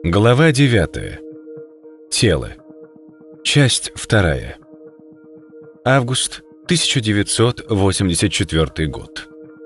Глава 9. Тело. Часть 2. Август 1984 год.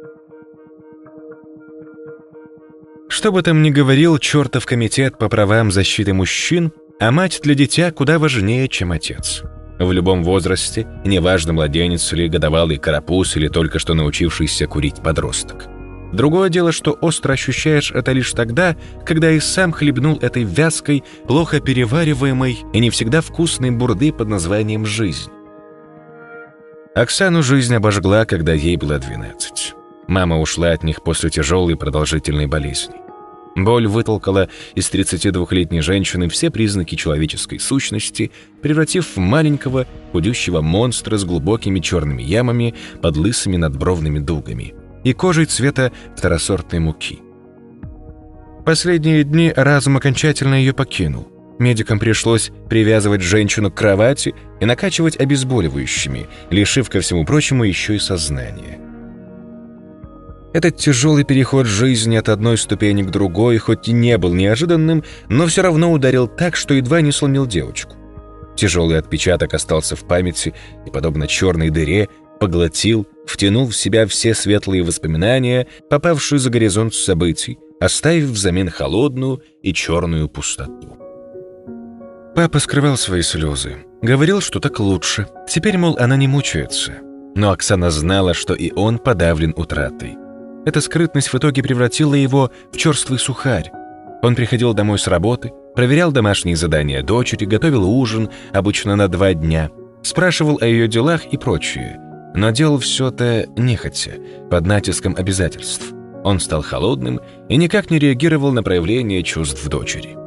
Что бы там ни говорил чертов комитет по правам защиты мужчин, а мать для дитя куда важнее, чем отец. В любом возрасте, неважно, младенец или годовалый карапуз, или только что научившийся курить подросток. Другое дело, что остро ощущаешь это лишь тогда, когда и сам хлебнул этой вязкой, плохо перевариваемой и не всегда вкусной бурды под названием «жизнь». Оксану жизнь обожгла, когда ей было 12. Мама ушла от них после тяжелой продолжительной болезни. Боль вытолкала из 32-летней женщины все признаки человеческой сущности, превратив в маленького, худющего монстра с глубокими черными ямами под лысыми надбровными дугами и кожей цвета второсортной муки. Последние дни разум окончательно ее покинул. Медикам пришлось привязывать женщину к кровати и накачивать обезболивающими, лишив, ко всему прочему, еще и сознания. Этот тяжелый переход жизни от одной ступени к другой, хоть и не был неожиданным, но все равно ударил так, что едва не сломил девочку. Тяжелый отпечаток остался в памяти и, подобно черной дыре, поглотил, втянул в себя все светлые воспоминания, попавшие за горизонт событий, оставив взамен холодную и черную пустоту. Папа скрывал свои слезы, говорил, что так лучше. Теперь, мол, она не мучается. Но Оксана знала, что и он подавлен утратой. Эта скрытность в итоге превратила его в черствый сухарь. Он приходил домой с работы, проверял домашние задания дочери, готовил ужин, обычно на 2 дня, спрашивал о ее делах и прочее. Но делал все это нехотя, под натиском обязательств. Он стал холодным и никак не реагировал на проявление чувств дочери.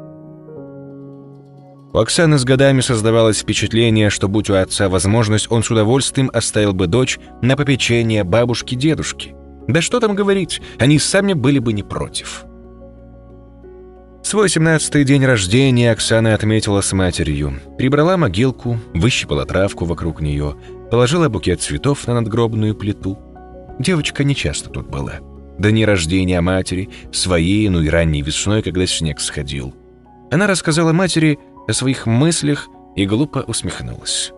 У Оксаны с годами создавалось впечатление, что, будь у отца возможность, он с удовольствием оставил бы дочь на попечение бабушки-дедушки. Да что там говорить, они сами были бы не против. Свой 17-й день рождения Оксана отметила с матерью. Прибрала могилку, выщипала травку вокруг нее, положила букет цветов на надгробную плиту. Девочка нечасто тут была. До дня рождения матери, своей, ну и ранней весной, когда снег сходил. Она рассказала матери о своих мыслях и глупо усмехнулась.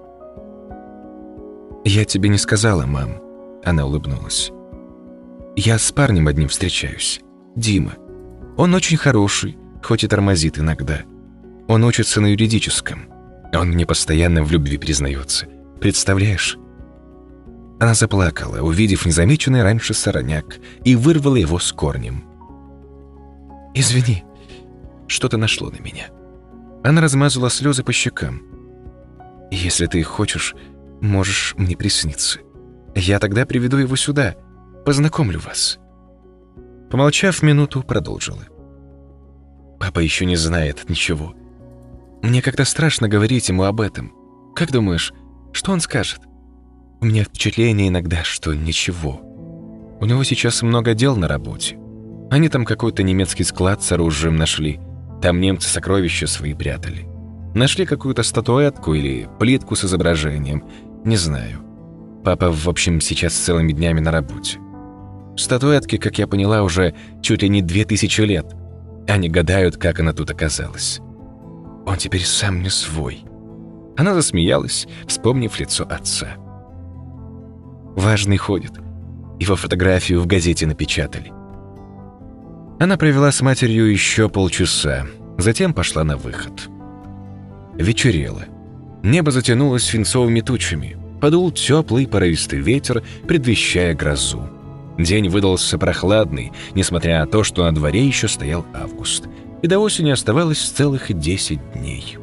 «Я тебе не сказала, мам», — она улыбнулась. «Я с парнем одним встречаюсь. Дима. Он очень хороший, хоть и тормозит иногда. Он учится на юридическом. Он мне постоянно в любви признается. Представляешь?» Она заплакала, увидев незамеченный раньше сорняк, и вырвала его с корнем. «Извини, что-то нашло на меня». Она размазала слезы по щекам. «Если ты хочешь, можешь мне присниться. Я тогда приведу его сюда, познакомлю вас». Помолчав минуту, продолжила. «Папа еще не знает ничего. Мне как-то страшно говорить ему об этом. Как думаешь, что он скажет? У меня впечатление иногда, что ничего. У него сейчас много дел на работе. Они там какой-то немецкий склад с оружием нашли. Там немцы сокровища свои прятали. Нашли какую-то статуэтку или плитку с изображением. Не знаю. Папа, в общем, сейчас целыми днями на работе. Статуэтке, как я поняла, уже чуть ли не 2000 лет. Они гадают, как она тут оказалась. Он теперь сам не свой». Она засмеялась, вспомнив лицо отца. «Важный ходит. Его фотографию в газете напечатали». Она провела с матерью еще полчаса, затем пошла на выход. Вечерело. Небо затянулось свинцовыми тучами. Подул теплый порывистый ветер, предвещая грозу. День выдался прохладный, несмотря на то, что на дворе еще стоял август, и до осени оставалось целых 10 дней.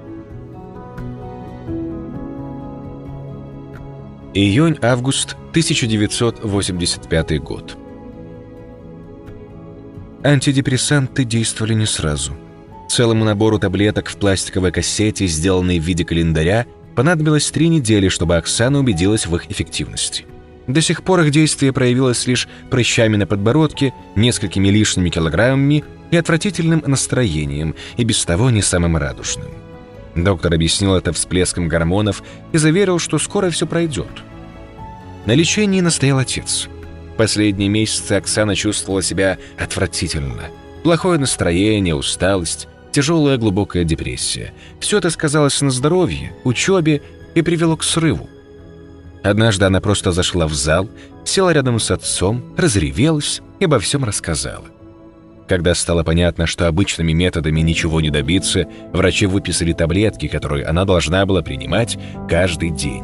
Июнь-август 1985 год. Антидепрессанты действовали не сразу. Целому набору таблеток в пластиковой кассете, сделанной в виде календаря, понадобилось 3 недели, чтобы Оксана убедилась в их эффективности. До сих пор их действие проявилось лишь прыщами на подбородке, несколькими лишними килограммами и отвратительным настроением, и без того не самым радужным. Доктор объяснил это всплеском гормонов и заверил, что скоро все пройдет. На лечении настоял отец. Последние месяцы Оксана чувствовала себя отвратительно. Плохое настроение, усталость. тяжелая глубокая депрессия. Все это сказалось на здоровье, учебе и привело к срыву. Однажды она просто зашла в зал, села рядом с отцом, разревелась и обо всем рассказала. Когда стало понятно, что обычными методами ничего не добиться, врачи выписали таблетки, которые она должна была принимать каждый день.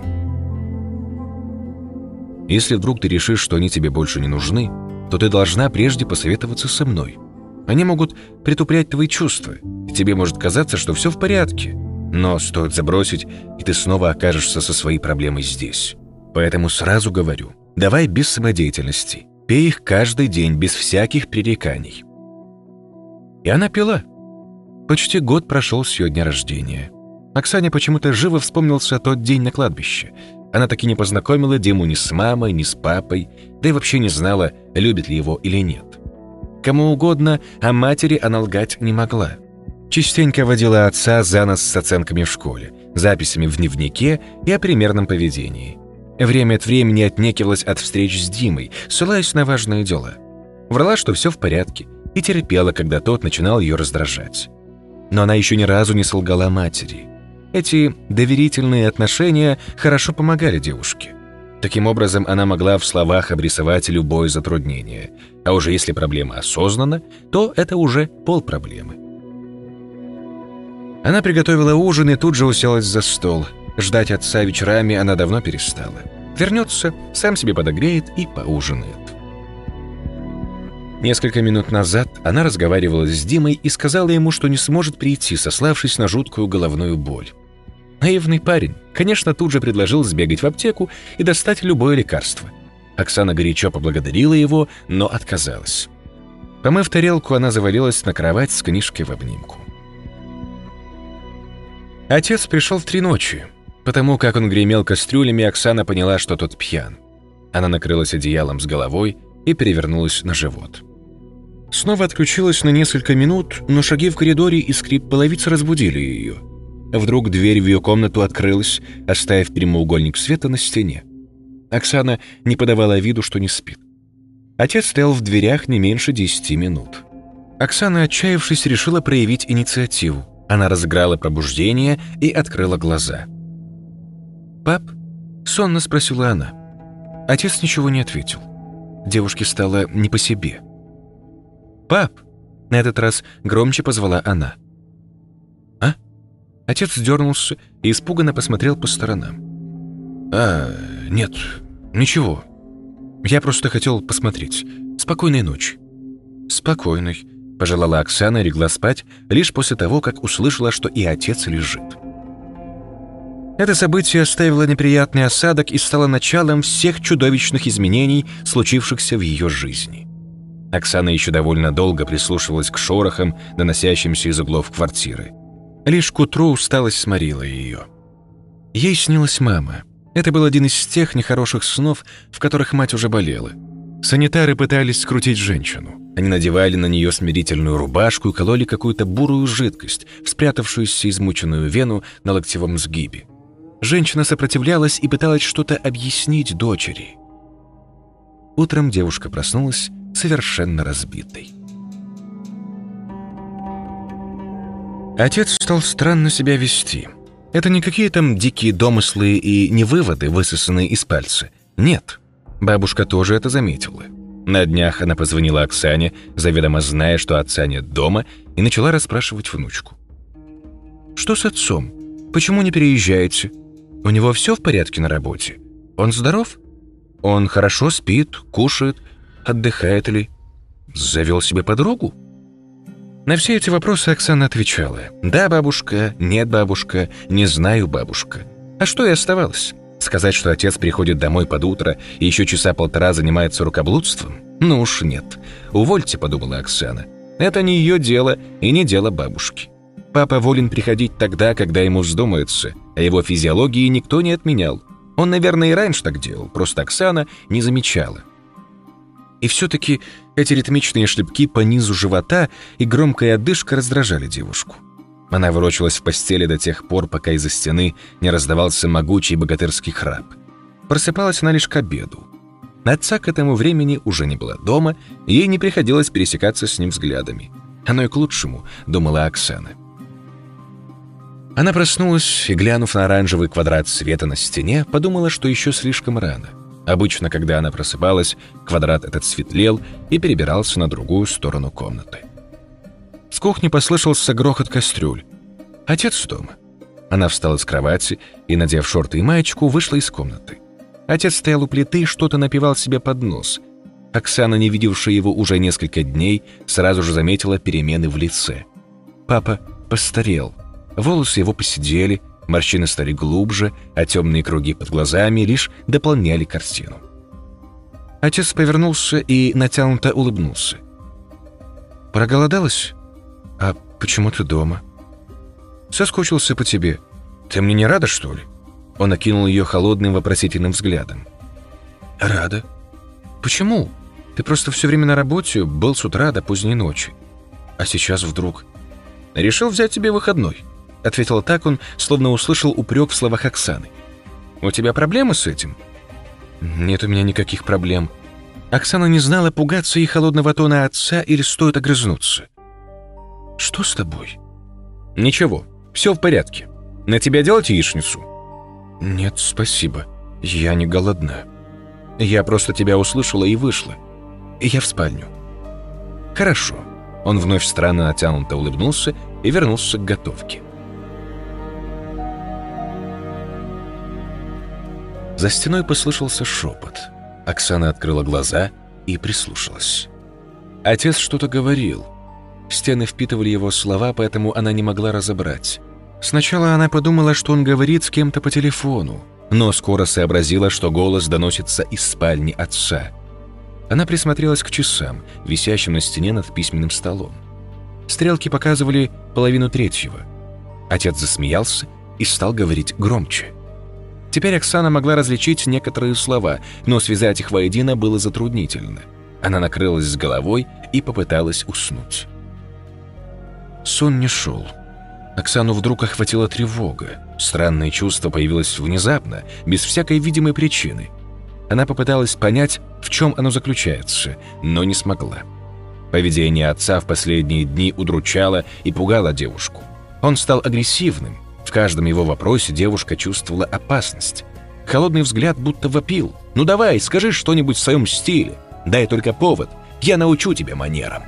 Если вдруг ты решишь, что они тебе больше не нужны, то ты должна прежде посоветоваться со мной. Они могут притуплять твои чувства, и тебе может казаться, что все в порядке. Но стоит забросить, и ты снова окажешься со своей проблемой здесь. Поэтому сразу говорю, давай без самодеятельности. Пей их каждый день, без всяких пререканий. И она пила. Почти год прошел с ее дня рождения. Оксане почему-то живо вспомнился тот день на кладбище. Она таки не познакомила Диму ни с мамой, ни с папой, да и вообще не знала, любит ли его или нет. Кому угодно, а матери она лгать не могла. Частенько водила отца за нос с оценками в школе, записями в дневнике и о примерном поведении. Время от времени отнекивалась от встреч с Димой, ссылаясь на важные дела. Врала, что все в порядке, и терпела, когда тот начинал ее раздражать. Но она еще ни разу не солгала матери. Эти доверительные отношения хорошо помогали девушке. Таким образом, она могла в словах обрисовать любое затруднение. А уже если проблема осознанна, то это уже полпроблемы. Она приготовила ужин и тут же уселась за стол. Ждать отца вечерами она давно перестала. Вернется, сам себе подогреет и поужинает. Несколько минут назад она разговаривала с Димой и сказала ему, что не сможет прийти, сославшись на жуткую головную боль. Наивный парень, конечно, тут же предложил сбегать в аптеку и достать любое лекарство. Оксана горячо поблагодарила его, но отказалась. Помыв тарелку, она завалилась на кровать с книжкой в обнимку. Отец пришел в 3 ночи. Потому как он гремел кастрюлями, Оксана поняла, что тот пьян. Она накрылась одеялом с головой и перевернулась на живот. Снова отключилась на несколько минут, но шаги в коридоре и скрип половицы разбудили ее. Вдруг дверь в ее комнату открылась, оставив прямоугольник света на стене. Оксана не подавала виду, что не спит. Отец стоял в дверях не меньше 10 минут. Оксана, отчаявшись, решила проявить инициативу. Она разыграла пробуждение и открыла глаза. «Пап?» — сонно спросила она. Отец ничего не ответил. Девушке стало не по себе. «Пап!» — на этот раз громче позвала она. «А?» Отец дернулся и испуганно посмотрел по сторонам. Нет, ничего. Я просто хотел посмотреть. Спокойной ночи». «Спокойной», — пожелала Оксана и легла спать лишь после того, как услышала, что и отец лежит. Это событие оставило неприятный осадок и стало началом всех чудовищных изменений, случившихся в ее жизни. Оксана еще довольно долго прислушивалась к шорохам, доносящимся из углов квартиры. Лишь к утру усталость сморила ее. Ей снилась мама. Это был один из тех нехороших снов, в которых мать уже болела. Санитары пытались скрутить женщину. Они надевали на нее смирительную рубашку и кололи какую-то бурую жидкость в спрятавшуюся измученную вену на локтевом сгибе. Женщина сопротивлялась и пыталась что-то объяснить дочери. Утром девушка проснулась совершенно разбитой. Отец стал странно себя вести. Это не какие там дикие домыслы и не выводы, высосанные из пальца. Нет, бабушка тоже это заметила. На днях она позвонила Оксане, заведомо зная, что отца нет дома, и начала расспрашивать внучку. «Что с отцом? Почему не переезжаете? У него все в порядке на работе? Он здоров? Он хорошо спит, кушает, отдыхает ли? Завел себе подругу?» На все эти вопросы Оксана отвечала: «Да, бабушка, нет, бабушка, не знаю, бабушка». А что и оставалось? Сказать, что отец приходит домой под утро и еще часа полтора занимается рукоблудством? Ну уж нет. «Увольте», — подумала Оксана. «Это не ее дело и не дело бабушки. Папа волен приходить тогда, когда ему вздумается, а его физиологии никто не отменял. Он, наверное, и раньше так делал, просто Оксана не замечала». И все-таки эти ритмичные шлепки по низу живота и громкая одышка раздражали девушку. Она ворочалась в постели до тех пор, пока из-за стены не раздавался могучий богатырский храп. Просыпалась она лишь к обеду. Отца к этому времени уже не было дома, и ей не приходилось пересекаться с ним взглядами. Оно и к лучшему, думала Оксана. Она проснулась и, глянув на оранжевый квадрат света на стене, подумала, что еще слишком рано. Обычно, когда она просыпалась, квадрат этот светлел и перебирался на другую сторону комнаты. С кухни послышался грохот кастрюль. Отец дома. Она встала с кровати и, надев шорты и маечку, вышла из комнаты. Отец стоял у плиты и что-то напевал себе под нос. Оксана, не видевшая его уже несколько дней, сразу же заметила перемены в лице. Папа постарел. Волосы его поседели, морщины стали глубже, а темные круги под глазами лишь дополняли картину. Отец повернулся и натянуто улыбнулся. «Проголодалась? А почему ты дома?» «Соскучился по тебе. Ты мне не рада, что ли?» Он окинул ее холодным вопросительным взглядом. «Рада? Почему? Ты просто все время на работе, был с утра до поздней ночи. А сейчас вдруг...» «Решил взять тебе выходной», — ответил так он, словно услышал упрек в словах Оксаны. «У тебя проблемы с этим?» «Нет у меня никаких проблем». Оксана не знала, пугаться ей холодного тона отца или стоит огрызнуться. «Что с тобой?» «Ничего, все в порядке. На тебя делать яичницу?» «Нет, спасибо. Я не голодна. Я просто тебя услышала и вышла. Я в спальню». «Хорошо». Он вновь странно натянуто улыбнулся и вернулся к готовке. За стеной послышался шепот. Оксана открыла глаза и прислушалась. Отец что-то говорил. Стены впитывали его слова, поэтому она не могла разобрать. Сначала она подумала, что он говорит с кем-то по телефону, но скоро сообразила, что голос доносится из спальни отца. Она присмотрелась к часам, висящим на стене над письменным столом. Стрелки показывали 2:30. Отец засмеялся и стал говорить громче. Теперь Оксана могла различить некоторые слова, но связать их воедино было затруднительно. Она накрылась с головой и попыталась уснуть. Сон не шел. Оксану вдруг охватила тревога. Странное чувство появилось внезапно, без всякой видимой причины. Она попыталась понять, в чем оно заключается, но не смогла. Поведение отца в последние дни удручало и пугало девушку. Он стал агрессивным. В каждом его вопросе девушка чувствовала опасность. Холодный взгляд будто вопил. «Ну давай, скажи что-нибудь в своем стиле. Дай только повод. Я научу тебя манерам».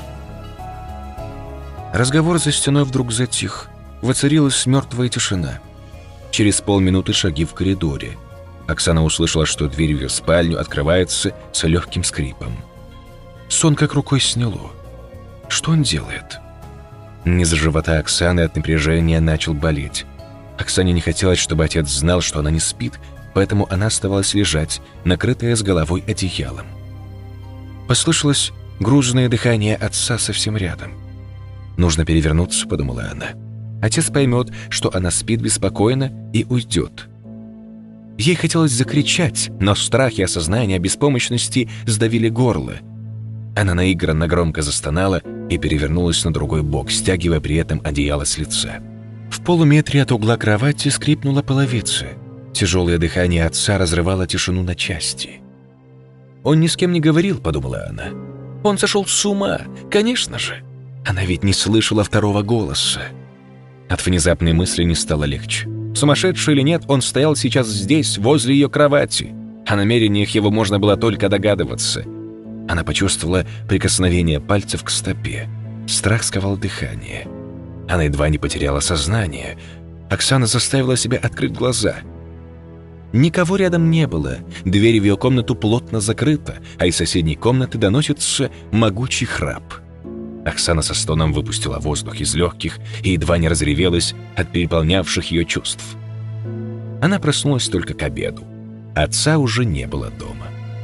Разговор за стеной вдруг затих. Воцарилась мертвая тишина. Через полминуты шаги в коридоре. Оксана услышала, что дверь в ее спальню открывается с легким скрипом. Сон как рукой сняло. Что он делает? Низ живота Оксаны от напряжения начал болеть. Оксане не хотелось, чтобы отец знал, что она не спит, поэтому она оставалась лежать, накрытая с головой одеялом. Послышалось грузное дыхание отца совсем рядом. «Нужно перевернуться», — подумала она. Отец поймет, что она спит беспокойно и уйдет. Ей хотелось закричать, но страх и осознание беспомощности сдавили горло. Она наигранно громко застонала и перевернулась на другой бок, стягивая при этом одеяло с лица. В полуметре от угла кровати скрипнула половица. Тяжелое дыхание отца разрывало тишину на части. «Он ни с кем не говорил», — подумала она. «Он сошел с ума, конечно же. Она ведь не слышала второго голоса». От внезапной мысли не стало легче. Сумасшедший или нет, он стоял сейчас здесь, возле ее кровати. О намерениях его можно было только догадываться. Она почувствовала прикосновение пальцев к стопе. Страх сковал дыхание. Она едва не потеряла сознание. Оксана заставила себя открыть глаза. Никого рядом не было. Дверь в ее комнату плотно закрыта, а из соседней комнаты доносится могучий храп. Оксана со стоном выпустила воздух из легких и едва не разревелась от переполнявших ее чувств. Она проснулась только к обеду. Отца уже не было дома.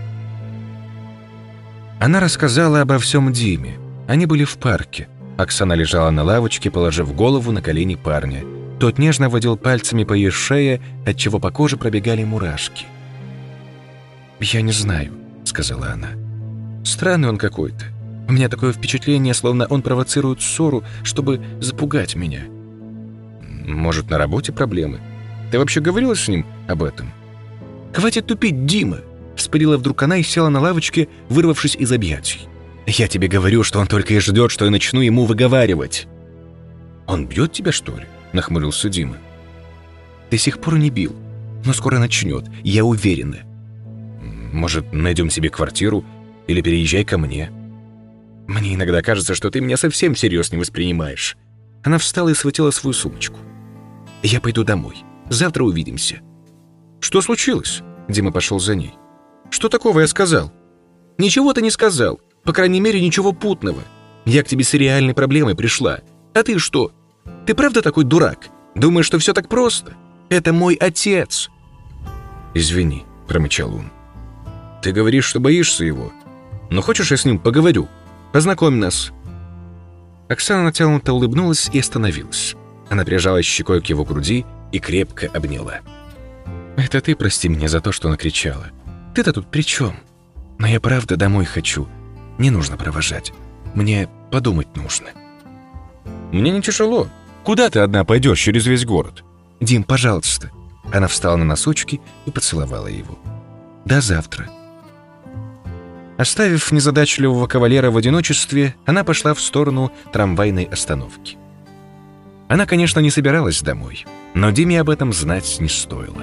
Она рассказала обо всем Диме. Они были в парке. Оксана лежала на лавочке, положив голову на колени парня. Тот нежно водил пальцами по ее шее, отчего по коже пробегали мурашки. «Я не знаю», — сказала она. «Странный он какой-то. У меня такое впечатление, словно он провоцирует ссору, чтобы запугать меня. Может, на работе проблемы? Ты вообще говорила с ним об этом?» «Хватит тупить, Дима!» — вспылила вдруг она и села на лавочке, вырвавшись из объятий. «Я тебе говорю, что он только и ждет, что я начну ему выговаривать». «Он бьет тебя, что ли?» нахмурился Дима. «До сих пор не бил, но скоро начнет, я уверена. Может, найдем себе квартиру или переезжай ко мне? Мне иногда кажется, что ты меня совсем всерьез не воспринимаешь». Она встала и схватила свою сумочку. «Я пойду домой. Завтра увидимся». «Что случилось?» Дима пошел за ней. «Что такого я сказал?» «Ничего ты не сказал. По крайней мере, ничего путного. Я к тебе с реальной проблемой пришла. А ты что? Ты правда такой дурак? Думаешь, что все так просто? Это мой отец». «Извини», — промычал он. «Ты говоришь, что боишься его. Но хочешь, я с ним поговорю? Познакомь нас». Оксана натянуто улыбнулась и остановилась. Она прижалась щекой к его груди и крепко обняла. «Это ты прости меня за то, что накричала. Ты-то тут при чем? Но я правда домой хочу. Не нужно провожать. Мне подумать нужно». «Мне не тяжело. Куда ты одна пойдешь через весь город?» «Дим, пожалуйста». Она встала на носочки и поцеловала его. «До завтра». Оставив незадачливого кавалера в одиночестве, она пошла в сторону трамвайной остановки. Она, конечно, не собиралась домой, но Диме об этом знать не стоило.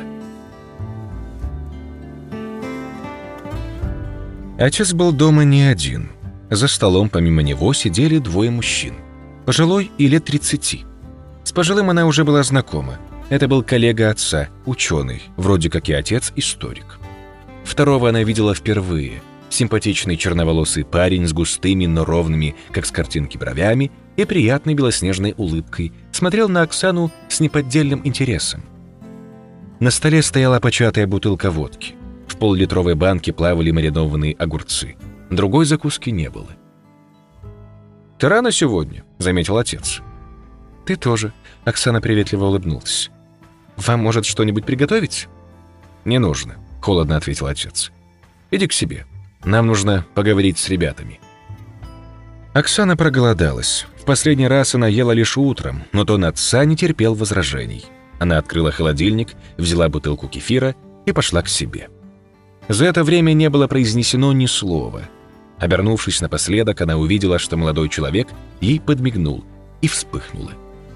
Отец был дома не один. За столом помимо него сидели двое мужчин. Пожилой и лет 30. С пожилым она уже была знакома. Это был коллега отца, ученый, вроде как и отец, историк. Второго она видела впервые. Симпатичный черноволосый парень с густыми, но ровными, как с картинки, бровями и приятной белоснежной улыбкой смотрел на Оксану с неподдельным интересом. На столе стояла початая бутылка водки. В поллитровой банке плавали маринованные огурцы. Другой закуски не было. «Ты рано сегодня», — заметил отец. «Ты тоже», — Оксана приветливо улыбнулась. «Вам, может, что-нибудь приготовить?» «Не нужно», — холодно ответил отец. «Иди к себе. Нам нужно поговорить с ребятами». Оксана проголодалась. В последний раз она ела лишь утром, но тон отца не терпел возражений. Она открыла холодильник, взяла бутылку кефира и пошла к себе. За это время не было произнесено ни слова. Обернувшись напоследок, она увидела, что молодой человек ей подмигнул и вспыхнула.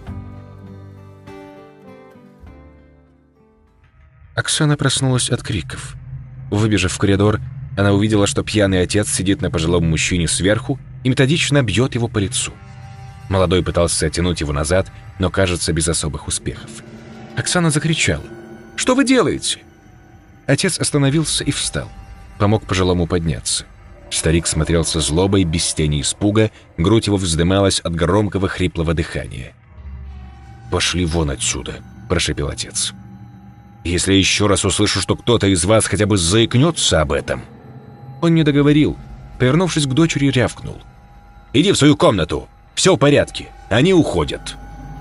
Оксана проснулась от криков. Выбежав в коридор, она увидела, что пьяный отец сидит на пожилом мужчине сверху и методично бьет его по лицу. Молодой пытался оттянуть его назад, но, кажется, без особых успехов. Оксана закричала: «Что вы делаете?» Отец остановился и встал. Помог пожилому подняться. Старик смотрел со злобой, без тени испуга, грудь его вздымалась от громкого хриплого дыхания. «Пошли вон отсюда», – прошепел отец. «Если еще раз услышу, что кто-то из вас хотя бы заикнется об этом». Он не договорил. Повернувшись к дочери, рявкнул: «Иди в свою комнату, все в порядке, они уходят».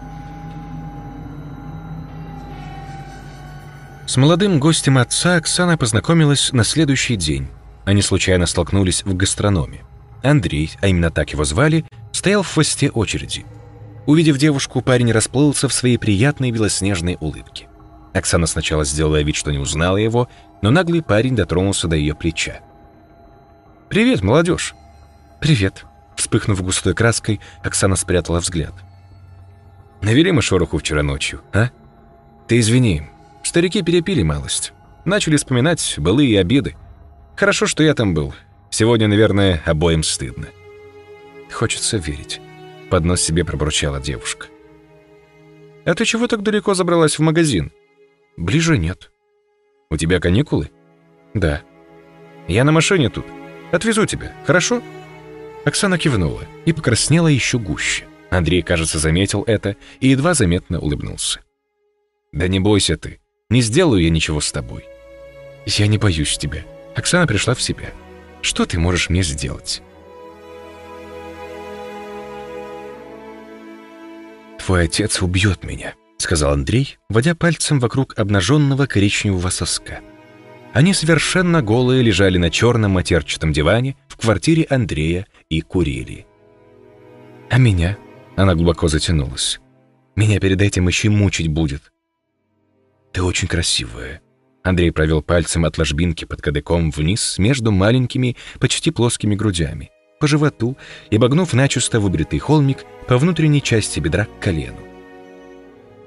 С молодым гостем отца Оксана познакомилась на следующий день. Они случайно столкнулись в гастрономе. Андрей, а именно так его звали, стоял в хвосте очереди. Увидев девушку, парень расплылся в своей приятной белоснежной улыбке. Оксана сначала сделала вид, что не узнала его, но наглый парень дотронулся до ее плеча. «Привет, молодежь!» «Привет!» Вспыхнув густой краской, Оксана спрятала взгляд. «Навели мы шороху вчера ночью, а? Ты извини, старики перепили малость. Начали вспоминать былые обиды. Хорошо, что я там был. Сегодня, наверное, обоим стыдно». «Хочется верить», — под нос себе пробурчала девушка. «А ты чего так далеко забралась в магазин?» «Ближе нет». «У тебя каникулы?» «Да». «Я на машине тут. Отвезу тебя, хорошо?» Оксана кивнула и покраснела еще гуще. Андрей, кажется, заметил это и едва заметно улыбнулся. «Да не бойся ты, не сделаю я ничего с тобой». «Я не боюсь тебя». Оксана пришла в себя. «Что ты можешь мне сделать?» «Твой отец убьет меня», — сказал Андрей, водя пальцем вокруг обнаженного коричневого соска. Они совершенно голые лежали на черном матерчатом диване в квартире Андрея и курили. «А меня?» — она глубоко затянулась. «Меня перед этим еще мучить будет». «Ты очень красивая». Андрей провел пальцем от ложбинки под кадыком вниз между маленькими, почти плоскими грудями, по животу и, обогнув начисто выбритый холмик, по внутренней части бедра к колену.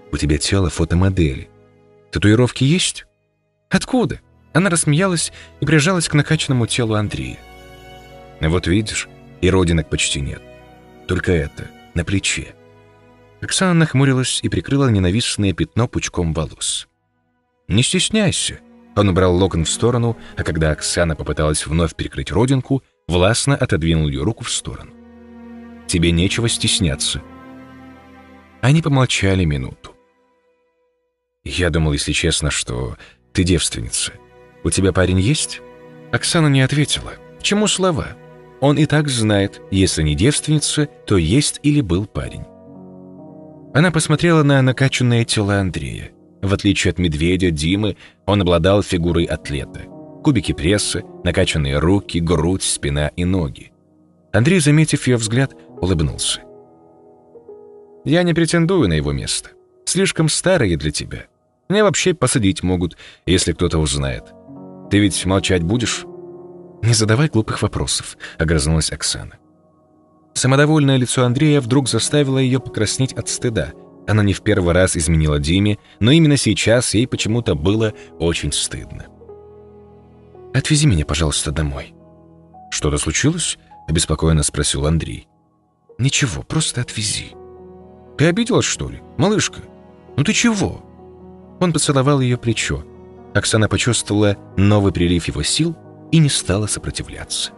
У тебя тело фотомодели. Татуировки есть? Откуда? Она рассмеялась и прижалась к накачанному телу Андрея. Вот видишь, и родинок почти нет. Только это, на плече. Оксана нахмурилась и прикрыла ненавистное пятно пучком волос. «Не стесняйся». Он убрал локон в сторону, а когда Оксана попыталась вновь прикрыть родинку, властно отодвинул ее руку в сторону. «Тебе нечего стесняться». Они помолчали минуту. «Я думал, если честно, что ты девственница. У тебя парень есть?» Оксана не ответила. К чему слова? Он и так знает, если не девственница, то есть или был парень. Она посмотрела на накачанное тело Андрея. В отличие от медведя, Димы, он обладал фигурой атлета. Кубики пресса, накачанные руки, грудь, спина и ноги. Андрей, заметив ее взгляд, улыбнулся. «Я не претендую на его место. Слишком старые для тебя. Меня вообще посадить могут, если кто-то узнает. Ты ведь молчать будешь?» «Не задавай глупых вопросов», — огрызнулась Оксана. Самодовольное лицо Андрея вдруг заставило ее покраснеть от стыда. Она не в первый раз изменила Диме, но именно сейчас ей почему-то было очень стыдно. «Отвези меня, пожалуйста, домой». «Что-то случилось?» — обеспокоенно спросил Андрей. «Ничего, просто отвези». «Ты обиделась, что ли, малышка? Ну ты чего?» Он поцеловал ее плечо. Оксана почувствовала новый прилив его сил и не стала сопротивляться.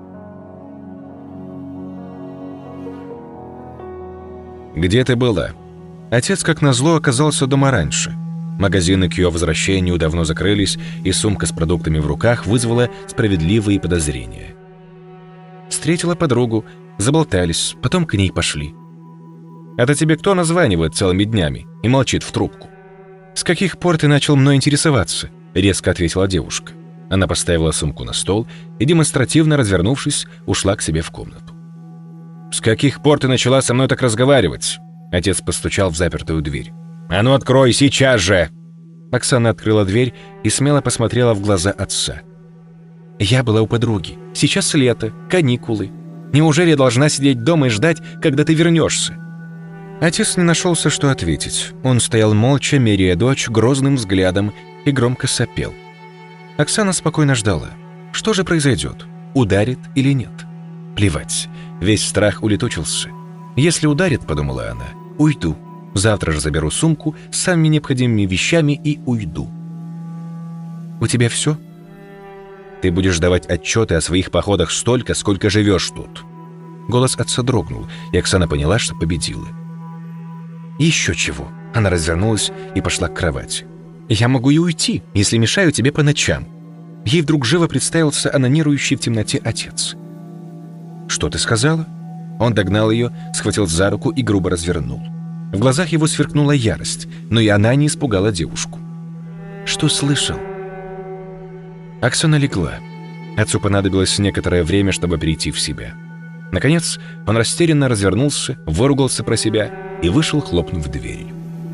«Где ты была?» Отец, как назло, оказался дома раньше. Магазины к ее возвращению давно закрылись, и сумка с продуктами в руках вызвала справедливые подозрения. Встретила подругу, заболтались, потом к ней пошли. «Это тебе кто названивает целыми днями и молчит в трубку?» «С каких пор ты начал мной интересоваться?» — резко ответила девушка. Она поставила сумку на стол и, демонстративно развернувшись, ушла к себе в комнату. «С каких пор ты начала со мной так разговаривать?» Отец постучал в запертую дверь. «А ну открой, сейчас же!» Оксана открыла дверь и смело посмотрела в глаза отца. «Я была у подруги. Сейчас лето, каникулы. Неужели я должна сидеть дома и ждать, когда ты вернешься?» Отец не нашелся, что ответить. Он стоял молча, меряя дочь грозным взглядом, и громко сопел. Оксана спокойно ждала. Что же произойдет? Ударит или нет? Плевать. Весь страх улетучился. «Если ударит, — подумала она, — уйду. Завтра же заберу сумку с самыми необходимыми вещами и уйду». «У тебя все?» «Ты будешь давать отчеты о своих походах столько, сколько живешь тут». Голос отца дрогнул, и Оксана поняла, что победила. «Еще чего». Она развернулась и пошла к кровати. «Я могу и уйти, если мешаю тебе по ночам». Ей вдруг живо представился анонирующий в темноте отец. «Что ты сказала?» Он догнал ее, схватил за руку и грубо развернул. В глазах его сверкнула ярость, но и она не испугала девушку. «Что слышал?» Оксана легла. Отцу понадобилось некоторое время, чтобы прийти в себя. Наконец, он растерянно развернулся, выругался про себя и вышел, хлопнув дверью.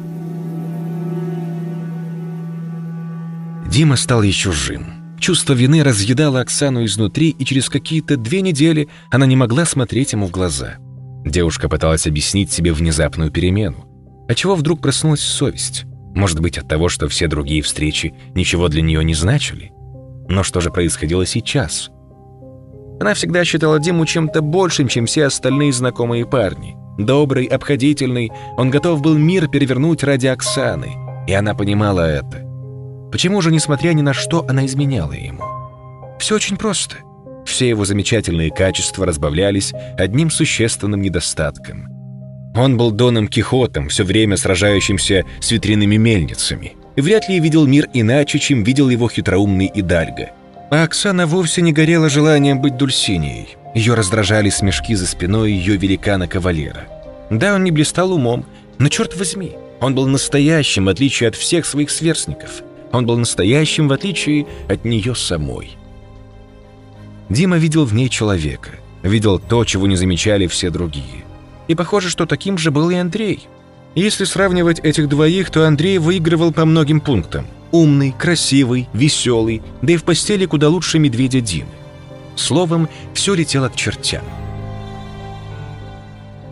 Дима стал ей чужим. Чувство вины разъедало Оксану изнутри, и через какие-то 2 недели она не могла смотреть ему в глаза. Девушка пыталась объяснить себе внезапную перемену. Отчего вдруг проснулась совесть? Может быть, от того, что все другие встречи ничего для нее не значили? Но что же происходило сейчас? Она всегда считала Диму чем-то большим, чем все остальные знакомые парни. Добрый, обходительный, он готов был мир перевернуть ради Оксаны. И она понимала это. Почему же, несмотря ни на что, она изменяла ему? Все очень просто. Все его замечательные качества разбавлялись одним существенным недостатком. Он был Доном Кихотом, все время сражающимся с ветряными мельницами, и вряд ли видел мир иначе, чем видел его хитроумный Идальго. А Оксана вовсе не горела желанием быть Дульсинеей. Ее раздражали смешки за спиной ее великана-кавалера. Да, он не блистал умом, но, черт возьми, он был настоящим, в отличие от всех своих сверстников. Он был настоящим, в отличие от нее самой. Дима видел в ней человека, видел то, чего не замечали все другие. И похоже, что таким же был и Андрей. Если сравнивать этих двоих, то Андрей выигрывал по многим пунктам. Умный, красивый, веселый, да и в постели куда лучше медведя Димы. Словом, все летело к чертям.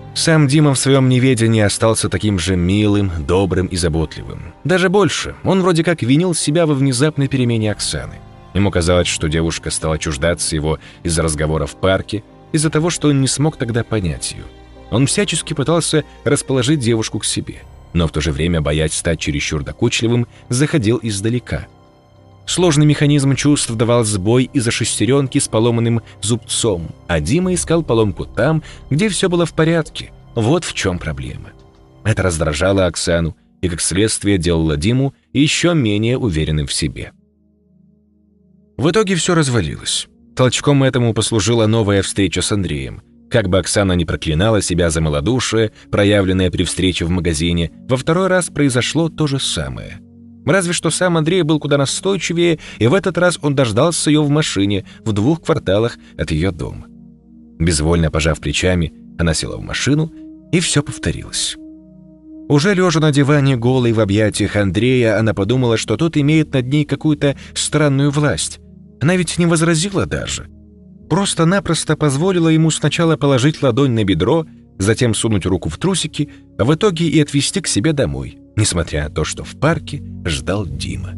Сам Дима в своем неведении остался таким же милым, добрым и заботливым. Даже больше, он вроде как винил себя во внезапной перемене Оксаны. Ему казалось, что девушка стала чуждаться его из-за разговора в парке, из-за того, что он не смог тогда понять ее. Он всячески пытался расположить девушку к себе, но в то же время, боясь стать чересчур докучливым, заходил издалека. Сложный механизм чувств давал сбой из-за шестеренки с поломанным зубцом, а Дима искал поломку там, где все было в порядке. Вот в чем проблема. Это раздражало Оксану и, как следствие, делало Диму еще менее уверенным в себе. В итоге все развалилось. Толчком этому послужила новая встреча с Андреем. Как бы Оксана ни проклинала себя за малодушие, проявленное при встрече в магазине, во второй раз произошло то же самое. Разве что сам Андрей был куда настойчивее, и в этот раз он дождался ее в машине в 2 кварталах от ее дома. Безвольно пожав плечами, она села в машину, и все повторилось. Уже лежа на диване голой в объятиях Андрея, она подумала, что тот имеет над ней какую-то странную власть. Она ведь не возразила даже. Просто-напросто позволила ему сначала положить ладонь на бедро, затем сунуть руку в трусики, а в итоге и отвезти к себе домой, несмотря на то, что в парке ждал Дима.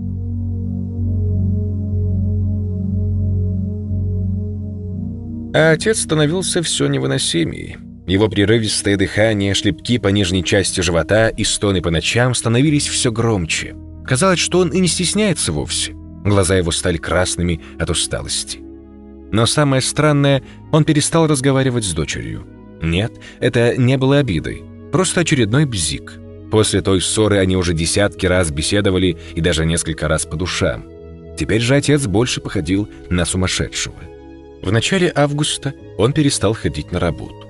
А отец становился все невыносимее. Его прерывистое дыхание, шлепки по нижней части живота и стоны по ночам становились все громче. Казалось, что он и не стесняется вовсе. Глаза его стали красными от усталости. Но самое странное, он перестал разговаривать с дочерью. Нет, это не было обидой, просто очередной бзик. После той ссоры они уже десятки раз беседовали и даже несколько раз по душам. Теперь же отец больше походил на сумасшедшего. В начале августа он перестал ходить на работу.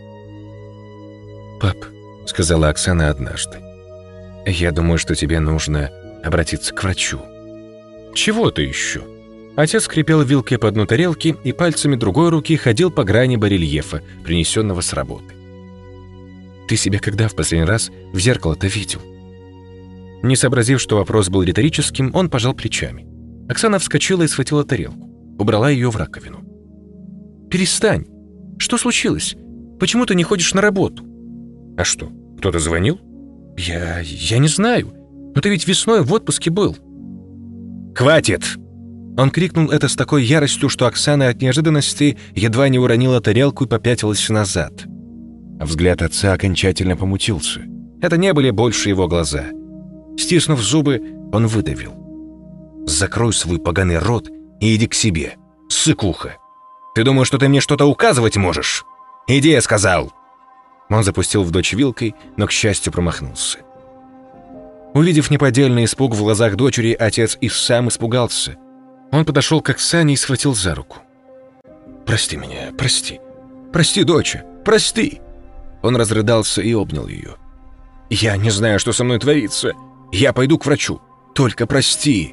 «Пап», — сказала Оксана однажды, — «я думаю, что тебе нужно обратиться к врачу». «Чего ты еще?» Отец скрипел вилкой по дну тарелки и пальцами другой руки ходил по грани барельефа, принесенного с работы. «Ты себя когда в последний раз в зеркало-то видел?» Не сообразив, что вопрос был риторическим, он пожал плечами. Оксана вскочила и схватила тарелку, убрала ее в раковину. «Перестань! Что случилось? Почему ты не ходишь на работу?» «А что, кто-то звонил?» Я не знаю, но ты ведь весной в отпуске был». «Хватит!» Он крикнул это с такой яростью, что Оксана от неожиданности едва не уронила тарелку и попятилась назад. Взгляд отца окончательно помутился. Это не были больше его глаза. Стиснув зубы, он выдавил: «Закрой свой поганый рот и иди к себе, ссыкуха! Ты думаешь, что ты мне что-то указывать можешь? Иди, я сказал!» Он запустил в дочь вилкой, но, к счастью, промахнулся. Увидев неподдельный испуг в глазах дочери, отец и сам испугался. Он подошел к Оксане и схватил за руку. «Прости меня, прости. Прости, доча, прости!» Он разрыдался и обнял ее. «Я не знаю, что со мной творится. Я пойду к врачу. Только прости!»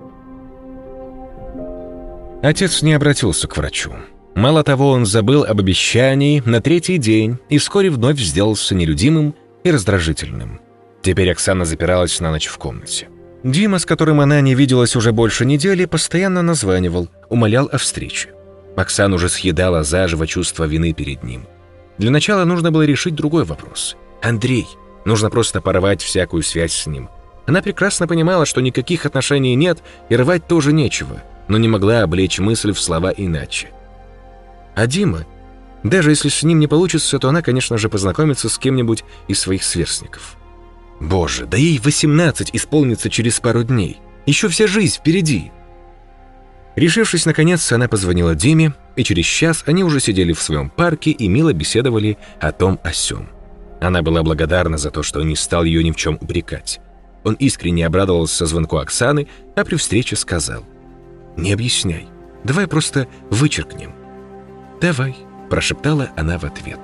Отец не обратился к врачу. Мало того, он забыл об обещании на 3-й день и вскоре вновь сделался нелюдимым и раздражительным. Теперь Оксана запиралась на ночь в комнате. Дима, с которым она не виделась уже больше недели, постоянно названивал, умолял о встрече. Оксана уже съедала заживо чувство вины перед ним. Для начала нужно было решить другой вопрос. Андрей. Нужно просто порвать всякую связь с ним. Она прекрасно понимала, что никаких отношений нет и рвать тоже нечего, но не могла облечь мысль в слова иначе. А Дима, даже если с ним не получится, то она, конечно же, познакомится с кем-нибудь из своих сверстников. Боже, да ей 18 исполнится через пару дней. Еще вся жизнь впереди. Решившись, наконец, она позвонила Диме, и через час они уже сидели в своем парке и мило беседовали о том о сём. Она была благодарна за то, что он не стал ее ни в чем упрекать. Он искренне обрадовался звонку Оксаны, а при встрече сказал: «Не объясняй, давай просто вычеркнем». «Давай», – прошептала она в ответ.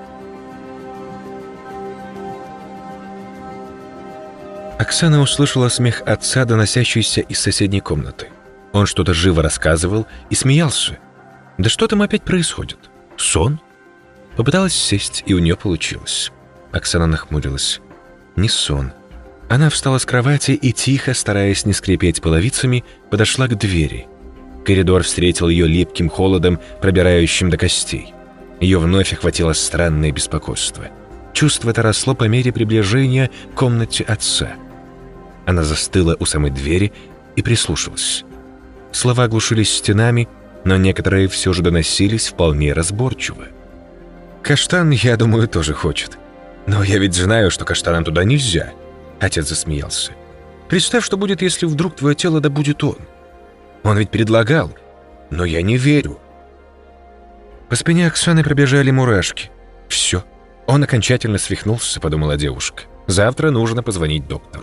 Оксана услышала смех отца, доносящийся из соседней комнаты. Он что-то живо рассказывал и смеялся. Да что там опять происходит? Сон? Попыталась сесть, и у нее получилось. Оксана нахмурилась. Не сон. Она встала с кровати и тихо, стараясь не скрипеть половицами, подошла к двери. Коридор встретил ее липким холодом, пробирающим до костей. Ее вновь охватило странное беспокойство. Чувство это росло по мере приближения к комнате отца. Она застыла у самой двери и прислушалась. Слова глушились стенами, но некоторые все же доносились вполне разборчиво. «Каштан, я думаю, тоже хочет. Но я ведь знаю, что каштанам туда нельзя», — отец засмеялся. «Представь, что будет, если вдруг твое тело добудет он. Он ведь предлагал, но я не верю». По спине Оксаны пробежали мурашки. «Все, он окончательно свихнулся», — подумала девушка. «Завтра нужно позвонить доктору».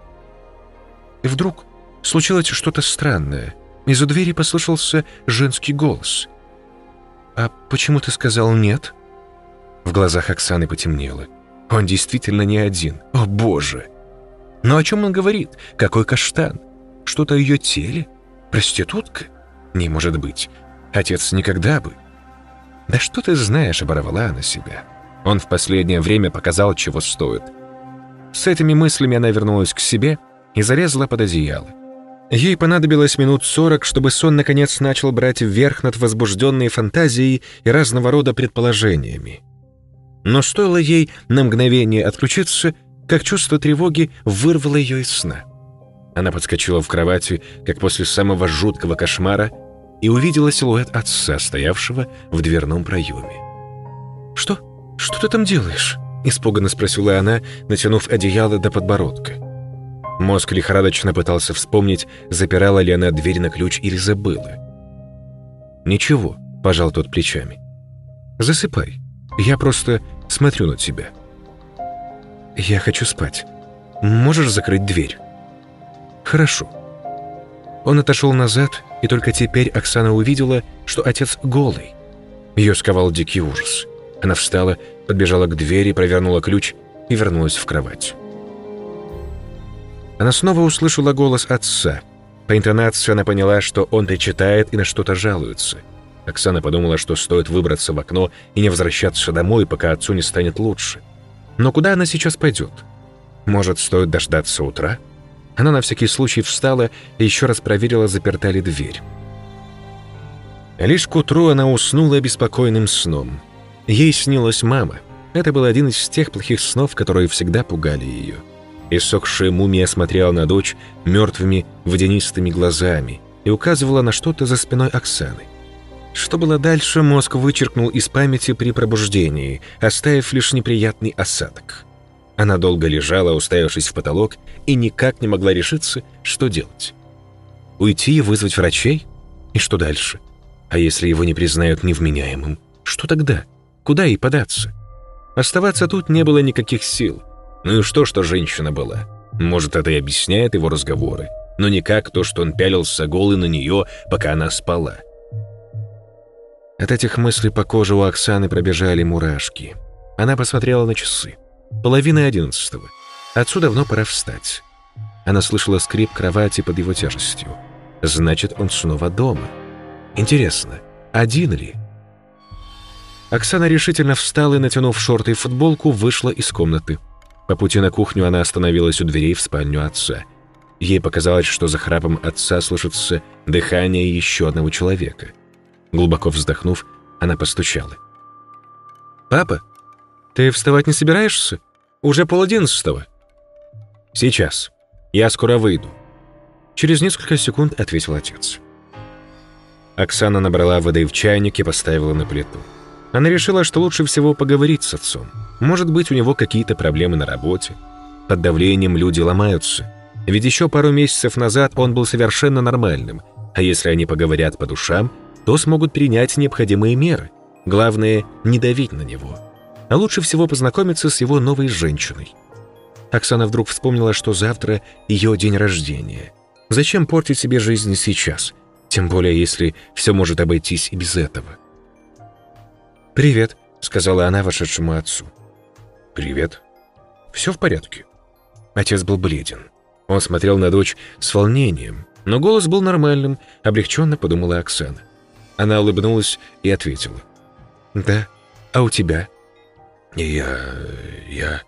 И вдруг случилось что-то странное. Из-за двери послышался женский голос. «А почему ты сказал нет?» В глазах Оксаны потемнело. Он действительно не один. О, Боже! Но о чем он говорит? Какой каштан? Что-то о ее теле? Проститутка? Не может быть. Отец никогда бы. «Да что ты знаешь?» — оборвала она себя. Он в последнее время показал, чего стоит. С этими мыслями она вернулась к себе и залезла под одеяло. Ей понадобилось минут 40, чтобы сон наконец начал брать вверх над возбужденной фантазией и разного рода предположениями. Но стоило ей на мгновение отключиться, как чувство тревоги вырвало ее из сна. Она подскочила в кровати, как после самого жуткого кошмара, и увидела силуэт отца, стоявшего в дверном проеме. «Что? Что ты там делаешь?» — испуганно спросила она, натянув одеяло до подбородка. Мозг лихорадочно пытался вспомнить, запирала ли она дверь на ключ или забыла. «Ничего», — пожал тот плечами. «Засыпай. Я просто смотрю на тебя». «Я хочу спать. Можешь закрыть дверь?» «Хорошо». Он отошел назад, и только теперь Оксана увидела, что отец голый. Ее сковал дикий ужас. Она встала, подбежала к двери, провернула ключ и вернулась в кровать. Она снова услышала голос отца. По интонации она поняла, что он причитает и на что-то жалуется. Оксана подумала, что стоит выбраться в окно и не возвращаться домой, пока отцу не станет лучше. Но куда она сейчас пойдет? Может, стоит дождаться утра? Она на всякий случай встала и еще раз проверила, заперта ли дверь. Лишь к утру она уснула беспокойным сном. Ей снилась мама. Это был один из тех плохих снов, которые всегда пугали ее. Иссохшая мумия смотрела на дочь мертвыми водянистыми глазами и указывала на что-то за спиной Оксаны. Что было дальше, мозг вычеркнул из памяти при пробуждении, оставив лишь неприятный осадок. Она долго лежала, уставившись в потолок, и никак не могла решиться, что делать. Уйти и вызвать врачей? И что дальше? А если его не признают невменяемым? Что тогда? Куда ей податься? Оставаться тут не было никаких сил. Ну и что женщина была? Может, это и объясняет его разговоры, но никак то, что он пялился голый на нее, пока она спала. От этих мыслей по коже у Оксаны пробежали мурашки. Она посмотрела на часы. 10:30. Отцу давно пора встать. Она слышала скрип кровати под его тяжестью. Значит, он снова дома. Интересно, один ли? Оксана решительно встала и, натянув шорты и футболку, вышла из комнаты. По пути на кухню она остановилась у дверей в спальню отца. Ей показалось, что за храпом отца слышится дыхание еще одного человека. Глубоко вздохнув, она постучала. «Папа, ты вставать не собираешься? Уже 10:30. «Сейчас. Я скоро выйду». Через несколько секунд ответил отец. Оксана набрала воды в чайник и поставила на плиту. Она решила, что лучше всего поговорить с отцом. Может быть, у него какие-то проблемы на работе. Под давлением люди ломаются. Ведь еще пару месяцев назад он был совершенно нормальным. А если они поговорят по душам, то смогут принять необходимые меры. Главное, не давить на него. А лучше всего познакомиться с его новой женщиной. Оксана вдруг вспомнила, что завтра ее день рождения. Зачем портить себе жизнь сейчас? Тем более, если все может обойтись и без этого. «Привет», — сказала она вошедшему отцу. «Привет. Все в порядке?» Отец был бледен. Он смотрел на дочь с волнением, но голос был нормальным, облегченно подумала Оксана. Она улыбнулась и ответила. «Да, а у тебя?» Я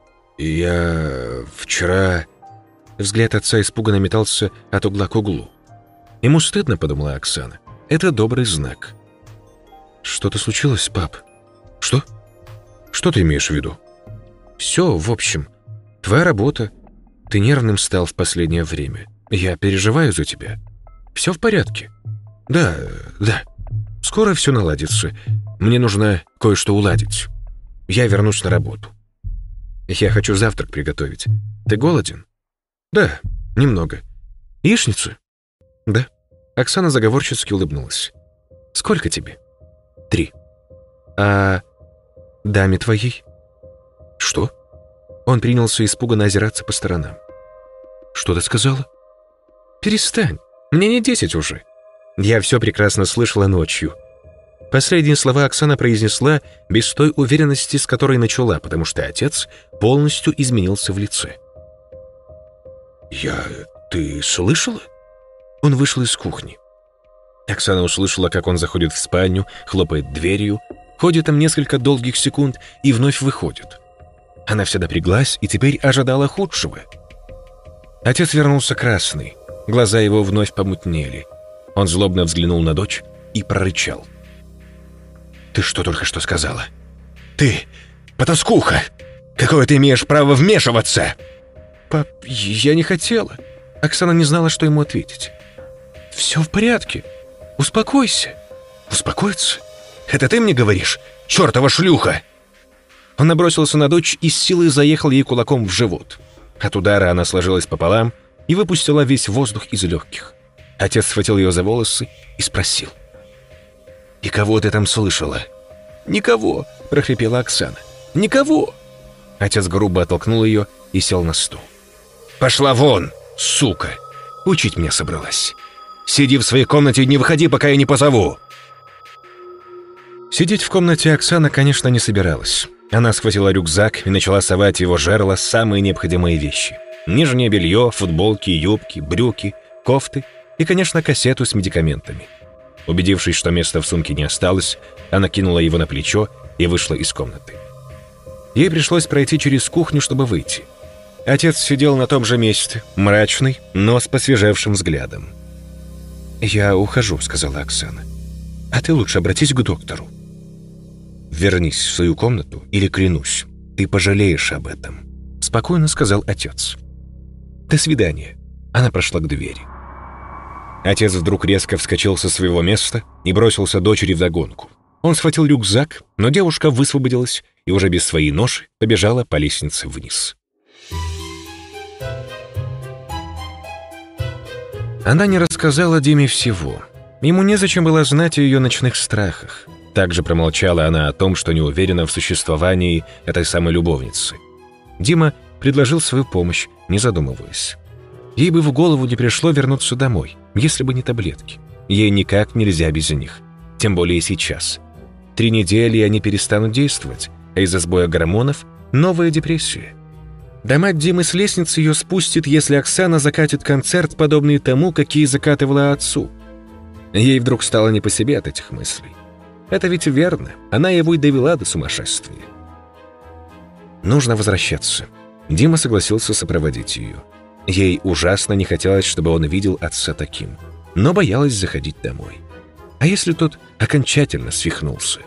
вчера...» Взгляд отца испуганно метался от угла к углу. «Ему стыдно», — подумала Оксана. «Это добрый знак». «Что-то случилось, пап?» Что? Что ты имеешь в виду? Все, в общем. Твоя работа. Ты нервным стал в последнее время. Я переживаю за тебя. Все в порядке? Да. Скоро все наладится. Мне нужно кое-что уладить. Я вернусь на работу. Я хочу завтрак приготовить. Ты голоден? Да, немного. Яичницу? Да. Оксана заговорчески улыбнулась. Сколько тебе? 3. А даме твоей? Что? Он принялся испуганно озираться по сторонам. Что ты сказала? Перестань. Мне не 10 уже. Я все прекрасно слышала ночью. Последние слова Оксана произнесла без той уверенности, с которой начала, потому что отец полностью изменился в лице. Ты слышала? Он вышел из кухни. Оксана услышала, как он заходит в спальню, хлопает дверью, ходит там несколько долгих секунд и вновь выходит. Она вся напряглась и теперь ожидала худшего. Отец вернулся красный, глаза его вновь помутнели. Он злобно взглянул на дочь и прорычал. «Ты что только что сказала? Ты, потаскуха! Какое ты имеешь право вмешиваться?» «Пап, я не хотела». Оксана не знала, что ему ответить. «Все в порядке. Успокойся». «Успокоиться? Это ты мне говоришь? Чёртова шлюха!» Он набросился на дочь и с силой заехал ей кулаком в живот. От удара она сложилась пополам и выпустила весь воздух из легких. Отец схватил ее за волосы и спросил. «И кого ты там слышала?» «Никого», — прохрипела Оксана. «Никого». Отец грубо оттолкнул ее и сел на стул. «Пошла вон, сука! Учить меня собралась. Сиди в своей комнате и не выходи, пока я не позову». Сидеть в комнате Оксана, конечно, не собиралась. Она схватила рюкзак и начала совать в его жерло самые необходимые вещи. Нижнее белье, футболки, юбки, брюки, кофты и, конечно, кассету с медикаментами. Убедившись, что места в сумке не осталось, она кинула его на плечо и вышла из комнаты. Ей пришлось пройти через кухню, чтобы выйти. Отец сидел на том же месте, мрачный, но с посвежевшим взглядом. «Я ухожу», — сказала Оксана. «А ты лучше обратись к доктору». «Вернись в свою комнату или, клянусь, ты пожалеешь об этом», — спокойно сказал отец. «До свидания». Она прошла к двери. Отец вдруг резко вскочил со своего места и бросился дочери вдогонку. Он схватил рюкзак, но девушка высвободилась и уже без своей ноши побежала по лестнице вниз. Она не рассказала Диме всего. Ему незачем было знать о ее ночных страхах. Также промолчала она о том, что не уверена в существовании этой самой любовницы. Дима предложил свою помощь, не задумываясь. Ей бы в голову не пришло вернуться домой, если бы не таблетки. Ей никак нельзя без них. Тем более сейчас. 3 недели, и они перестанут действовать, а из-за сбоя гормонов новая депрессия. Да мать Димы с лестницы ее спустит, если Оксана закатит концерт, подобный тому, какие закатывала отцу. Ей вдруг стало не по себе от этих мыслей. Это ведь верно, она его и довела до сумасшествия. Нужно возвращаться. Дима согласился сопроводить ее. Ей ужасно не хотелось, чтобы он видел отца таким, но боялась заходить домой. А если тот окончательно свихнулся?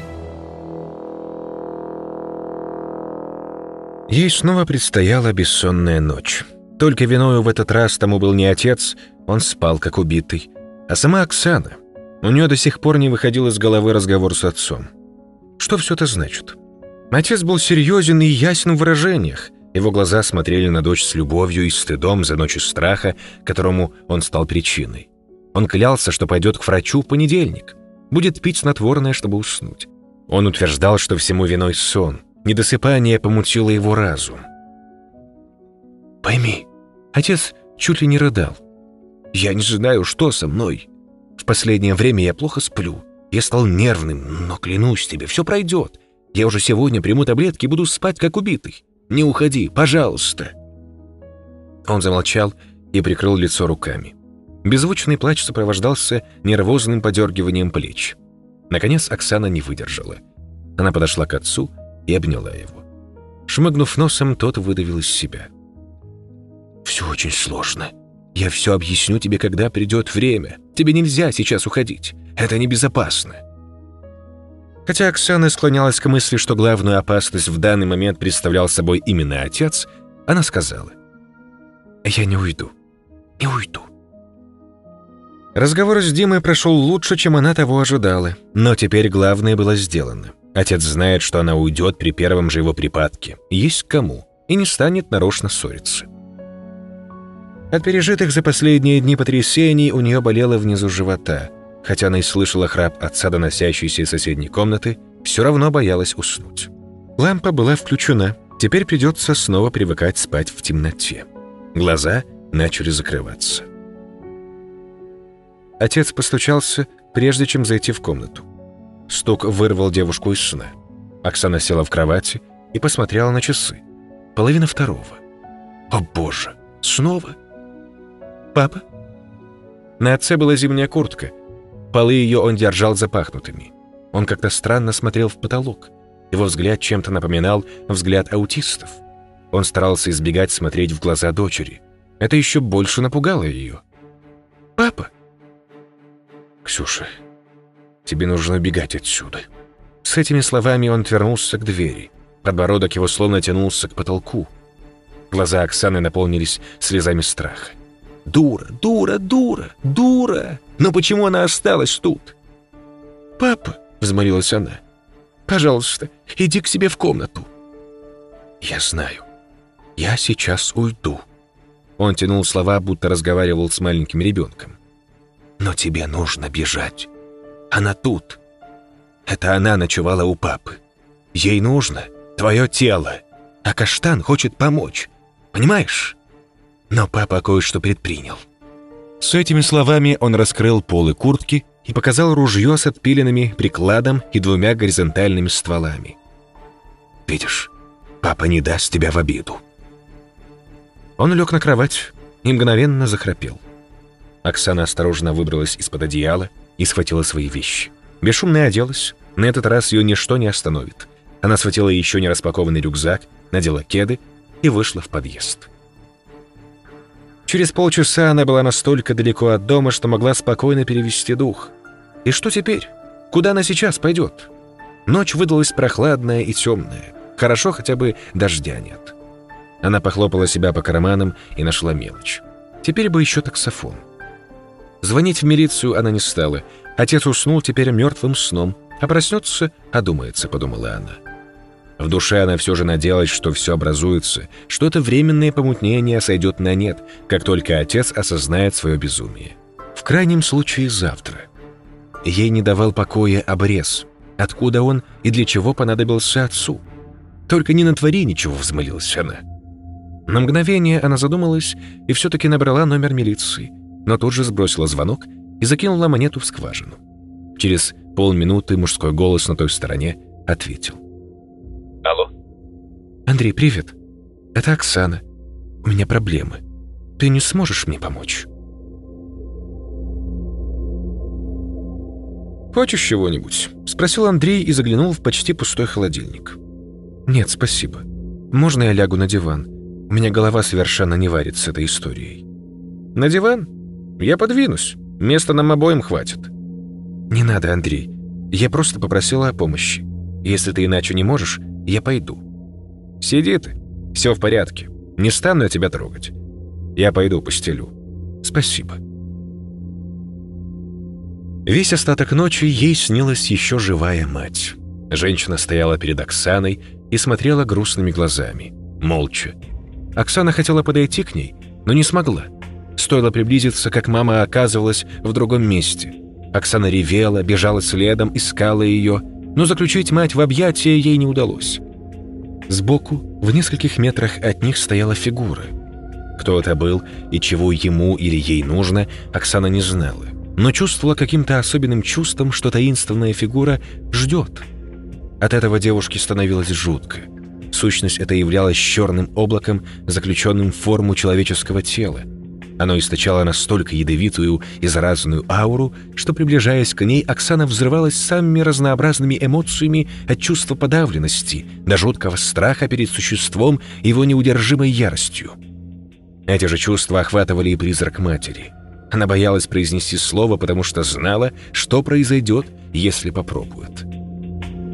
Ей снова предстояла бессонная ночь. Только виною в этот раз тому был не отец, он спал как убитый, а сама Оксана. У нее до сих пор не выходил из головы разговор с отцом. Что все это значит? Отец был серьезен и ясен в выражениях. Его глаза смотрели на дочь с любовью и стыдом за ночь страха, которому он стал причиной. Он клялся, что пойдет к врачу в понедельник, будет пить снотворное, чтобы уснуть. Он утверждал, что всему виной сон. Недосыпание помутило его разум. «Пойми, отец чуть ли не рыдал. Я не знаю, что со мной. В последнее время я плохо сплю. Я стал нервным, но клянусь тебе, все пройдет. Я уже сегодня приму таблетки и буду спать, как убитый. Не уходи, пожалуйста». Он замолчал и прикрыл лицо руками. Беззвучный плач сопровождался нервозным подергиванием плеч. Наконец Оксана не выдержала. Она подошла к отцу и обняла его. Шмыгнув носом, тот выдавил из себя. «Все очень сложно. Я все объясню тебе, когда придет время. Тебе нельзя сейчас уходить. Это небезопасно». Хотя Оксана склонялась к мысли, что главную опасность в данный момент представлял собой именно отец, она сказала: «Я не уйду, не уйду». Разговор с Димой прошел лучше, чем она того ожидала, но теперь главное было сделано. Отец знает, что она уйдет при первом же его припадке, есть к кому, и не станет нарочно ссориться. От пережитых за последние дни потрясений у нее болело внизу живота. Хотя она и слышала храп отца, доносящийся из соседней комнаты, все равно боялась уснуть. Лампа была включена, теперь придется снова привыкать спать в темноте. Глаза начали закрываться. Отец постучался, прежде чем зайти в комнату. Стук вырвал девушку из сна. Оксана села в кровати и посмотрела на часы. 1:30. О боже, снова? «Папа?» На отце была зимняя куртка. Полы ее он держал запахнутыми. Он как-то странно смотрел в потолок. Его взгляд чем-то напоминал взгляд аутистов. Он старался избегать смотреть в глаза дочери. Это еще больше напугало ее. «Папа?» «Ксюша, тебе нужно убегать отсюда». С этими словами он отвернулся к двери. Подбородок его словно тянулся к потолку. Глаза Оксаны наполнились слезами страха. «Дура, дура, дура, дура! Но почему она осталась тут?» «Папа», — взмолилась она, — «пожалуйста, иди к себе в комнату». «Я знаю. Я сейчас уйду». Он тянул слова, будто разговаривал с маленьким ребенком. «Но тебе нужно бежать. Она тут. Это она ночевала у папы. Ей нужно твое тело, а Каштан хочет помочь. Понимаешь? Но папа кое-что предпринял». С этими словами он раскрыл полы куртки и показал ружье с отпиленными прикладом и 2 горизонтальными стволами. «Видишь, папа не даст тебя в обиду». Он лег на кровать и мгновенно захрапел. Оксана осторожно выбралась из-под одеяла и схватила свои вещи. Бесшумно оделась. На этот раз ее ничто не остановит. Она схватила еще не распакованный рюкзак, надела кеды и вышла в подъезд. Через полчаса она была настолько далеко от дома, что могла спокойно перевести дух. И что теперь? Куда она сейчас пойдет? Ночь выдалась прохладная и темная. Хорошо, хотя бы дождя нет. Она похлопала себя по карманам и нашла мелочь. Теперь бы еще таксофон. Звонить в милицию она не стала. Отец уснул теперь мертвым сном, а проснется, одумается, подумала она. В душе она все же надеялась, что все образуется, что это временное помутнение сойдет на нет, как только отец осознает свое безумие. В крайнем случае завтра. Ей не давал покоя обрез. Откуда он и для чего понадобился отцу? «Только не натвори ничего», — взмолилась она. На мгновение она задумалась и все-таки набрала номер милиции, но тут же сбросила звонок и закинула монету в скважину. Через полминуты мужской голос на той стороне ответил. Алло? «Андрей, привет. Это Оксана. У меня проблемы. Ты не сможешь мне помочь?» «Хочешь чего-нибудь?» — спросил Андрей и заглянул в почти пустой холодильник. «Нет, спасибо. Можно я лягу на диван? У меня голова совершенно не варит с этой историей». «На диван? Я подвинусь. Места нам обоим хватит». «Не надо, Андрей. Я просто попросила о помощи. Если ты иначе не можешь, я пойду». «Сиди ты. Все в порядке. Не стану я тебя трогать. Я пойду постелю». «Спасибо». Весь остаток ночи ей снилась еще живая мать. Женщина стояла перед Оксаной и смотрела грустными глазами, молча. Оксана хотела подойти к ней, но не смогла. Стоило приблизиться, как мама оказывалась в другом месте. Оксана ревела, бежала следом, искала ее, но заключить мать в объятия ей не удалось. Сбоку, в нескольких метрах от них, стояла фигура. Кто это был и чего ему или ей нужно, Оксана не знала, но чувствовала каким-то особенным чувством, что таинственная фигура ждет. От этого девушке становилось жутко. Сущность эта являлась черным облаком, заключенным в форму человеческого тела. Оно источало настолько ядовитую и заразную ауру, что, приближаясь к ней, Оксана взрывалась самыми разнообразными эмоциями от чувства подавленности до жуткого страха перед существом и его неудержимой яростью. Эти же чувства охватывали и призрак матери. Она боялась произнести слово, потому что знала, что произойдет, если попробует.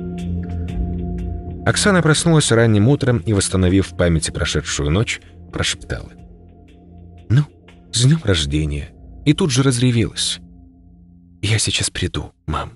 Оксана проснулась ранним утром и, восстановив в памяти прошедшую ночь, прошептала: «Ну, с днем рождения!» И тут же разревелась. «Я сейчас приду, мам».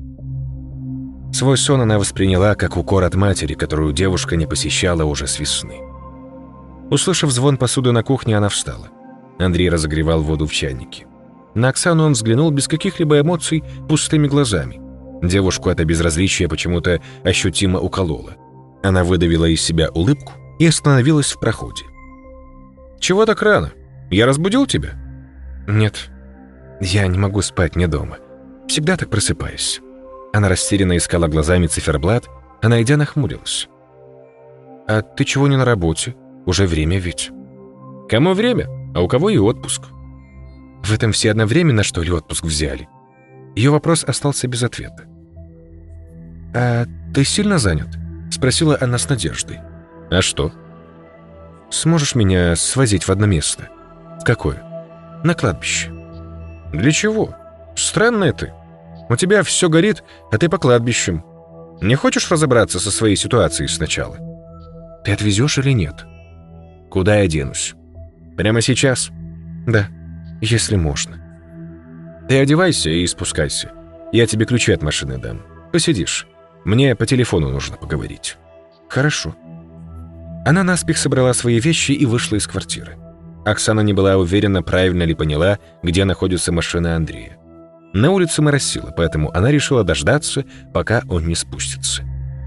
Свой сон она восприняла как укор от матери, которую девушка не посещала уже с весны. Услышав звон посуды на кухне, она встала. Андрей разогревал воду в чайнике. На Оксану он взглянул без каких-либо эмоций, пустыми глазами. Девушку это безразличие почему-то ощутимо укололо. Она выдавила из себя улыбку и остановилась в проходе. «Чего так рано? Я разбудил тебя?» «Нет, я не могу спать не дома. Всегда так просыпаюсь». Она растерянно искала глазами циферблат, а найдя, нахмурилась. «А ты чего не на работе? Уже время ведь». «Кому время? А у кого и отпуск». В этом все одновременно, что ли, отпуск взяли? Ее вопрос остался без ответа. «А ты сильно занят?» — спросила она с надеждой. «А что?» «Сможешь меня свозить в одно место?» «В какое?» «На кладбище». «Для чего? Странная ты. У тебя все горит, а ты по кладбищам. Не хочешь разобраться со своей ситуацией сначала?» «Ты отвезешь или нет?» «Куда я денусь? Прямо сейчас?» «Да, если можно». «Ты одевайся и спускайся. Я тебе ключи от машины дам. Посидишь. Мне по телефону нужно поговорить». «Хорошо». Она наспех собрала свои вещи и вышла из квартиры. Оксана не была уверена, правильно ли поняла, где находится машина Андрея. На улице моросило, поэтому она решила дождаться, пока он не спустится.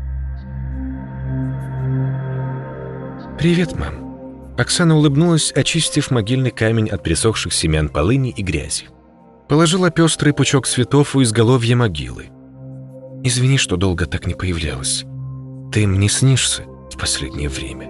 «Привет, мам». Оксана улыбнулась, очистив могильный камень от присохших семян полыни и грязи. Положила пестрый пучок цветов у изголовья могилы. «Извини, что долго так не появлялась. Ты мне снишься в последнее время».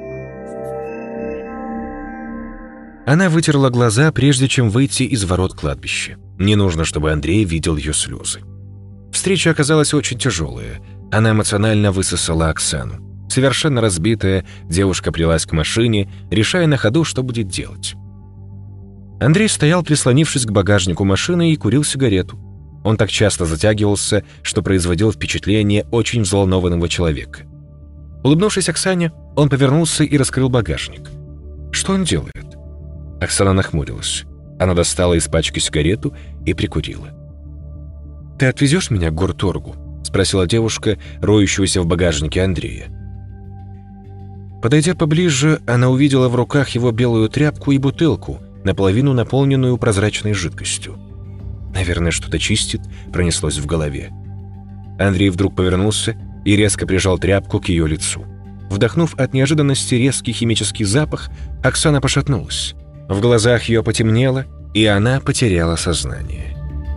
Она вытерла глаза, прежде чем выйти из ворот кладбища. Не нужно, чтобы Андрей видел ее слезы. Встреча оказалась очень тяжелая. Она эмоционально высосала Оксану. Совершенно разбитая, девушка плелась к машине, решая на ходу, что будет делать. Андрей стоял, прислонившись к багажнику машины, и курил сигарету. Он так часто затягивался, что производил впечатление очень взволнованного человека. Улыбнувшись Оксане, он повернулся и раскрыл багажник. Что он делает? Оксана нахмурилась. Она достала из пачки сигарету и прикурила. «Ты отвезешь меня к горторгу?» — спросила девушка, роющегося в багажнике Андрея. Подойдя поближе, она увидела в руках его белую тряпку и бутылку, наполовину наполненную прозрачной жидкостью. «Наверное, что-то чистит», — пронеслось в голове. Андрей вдруг повернулся и резко прижал тряпку к ее лицу. Вдохнув от неожиданности резкий химический запах, Оксана пошатнулась. В глазах ее потемнело, и она потеряла сознание.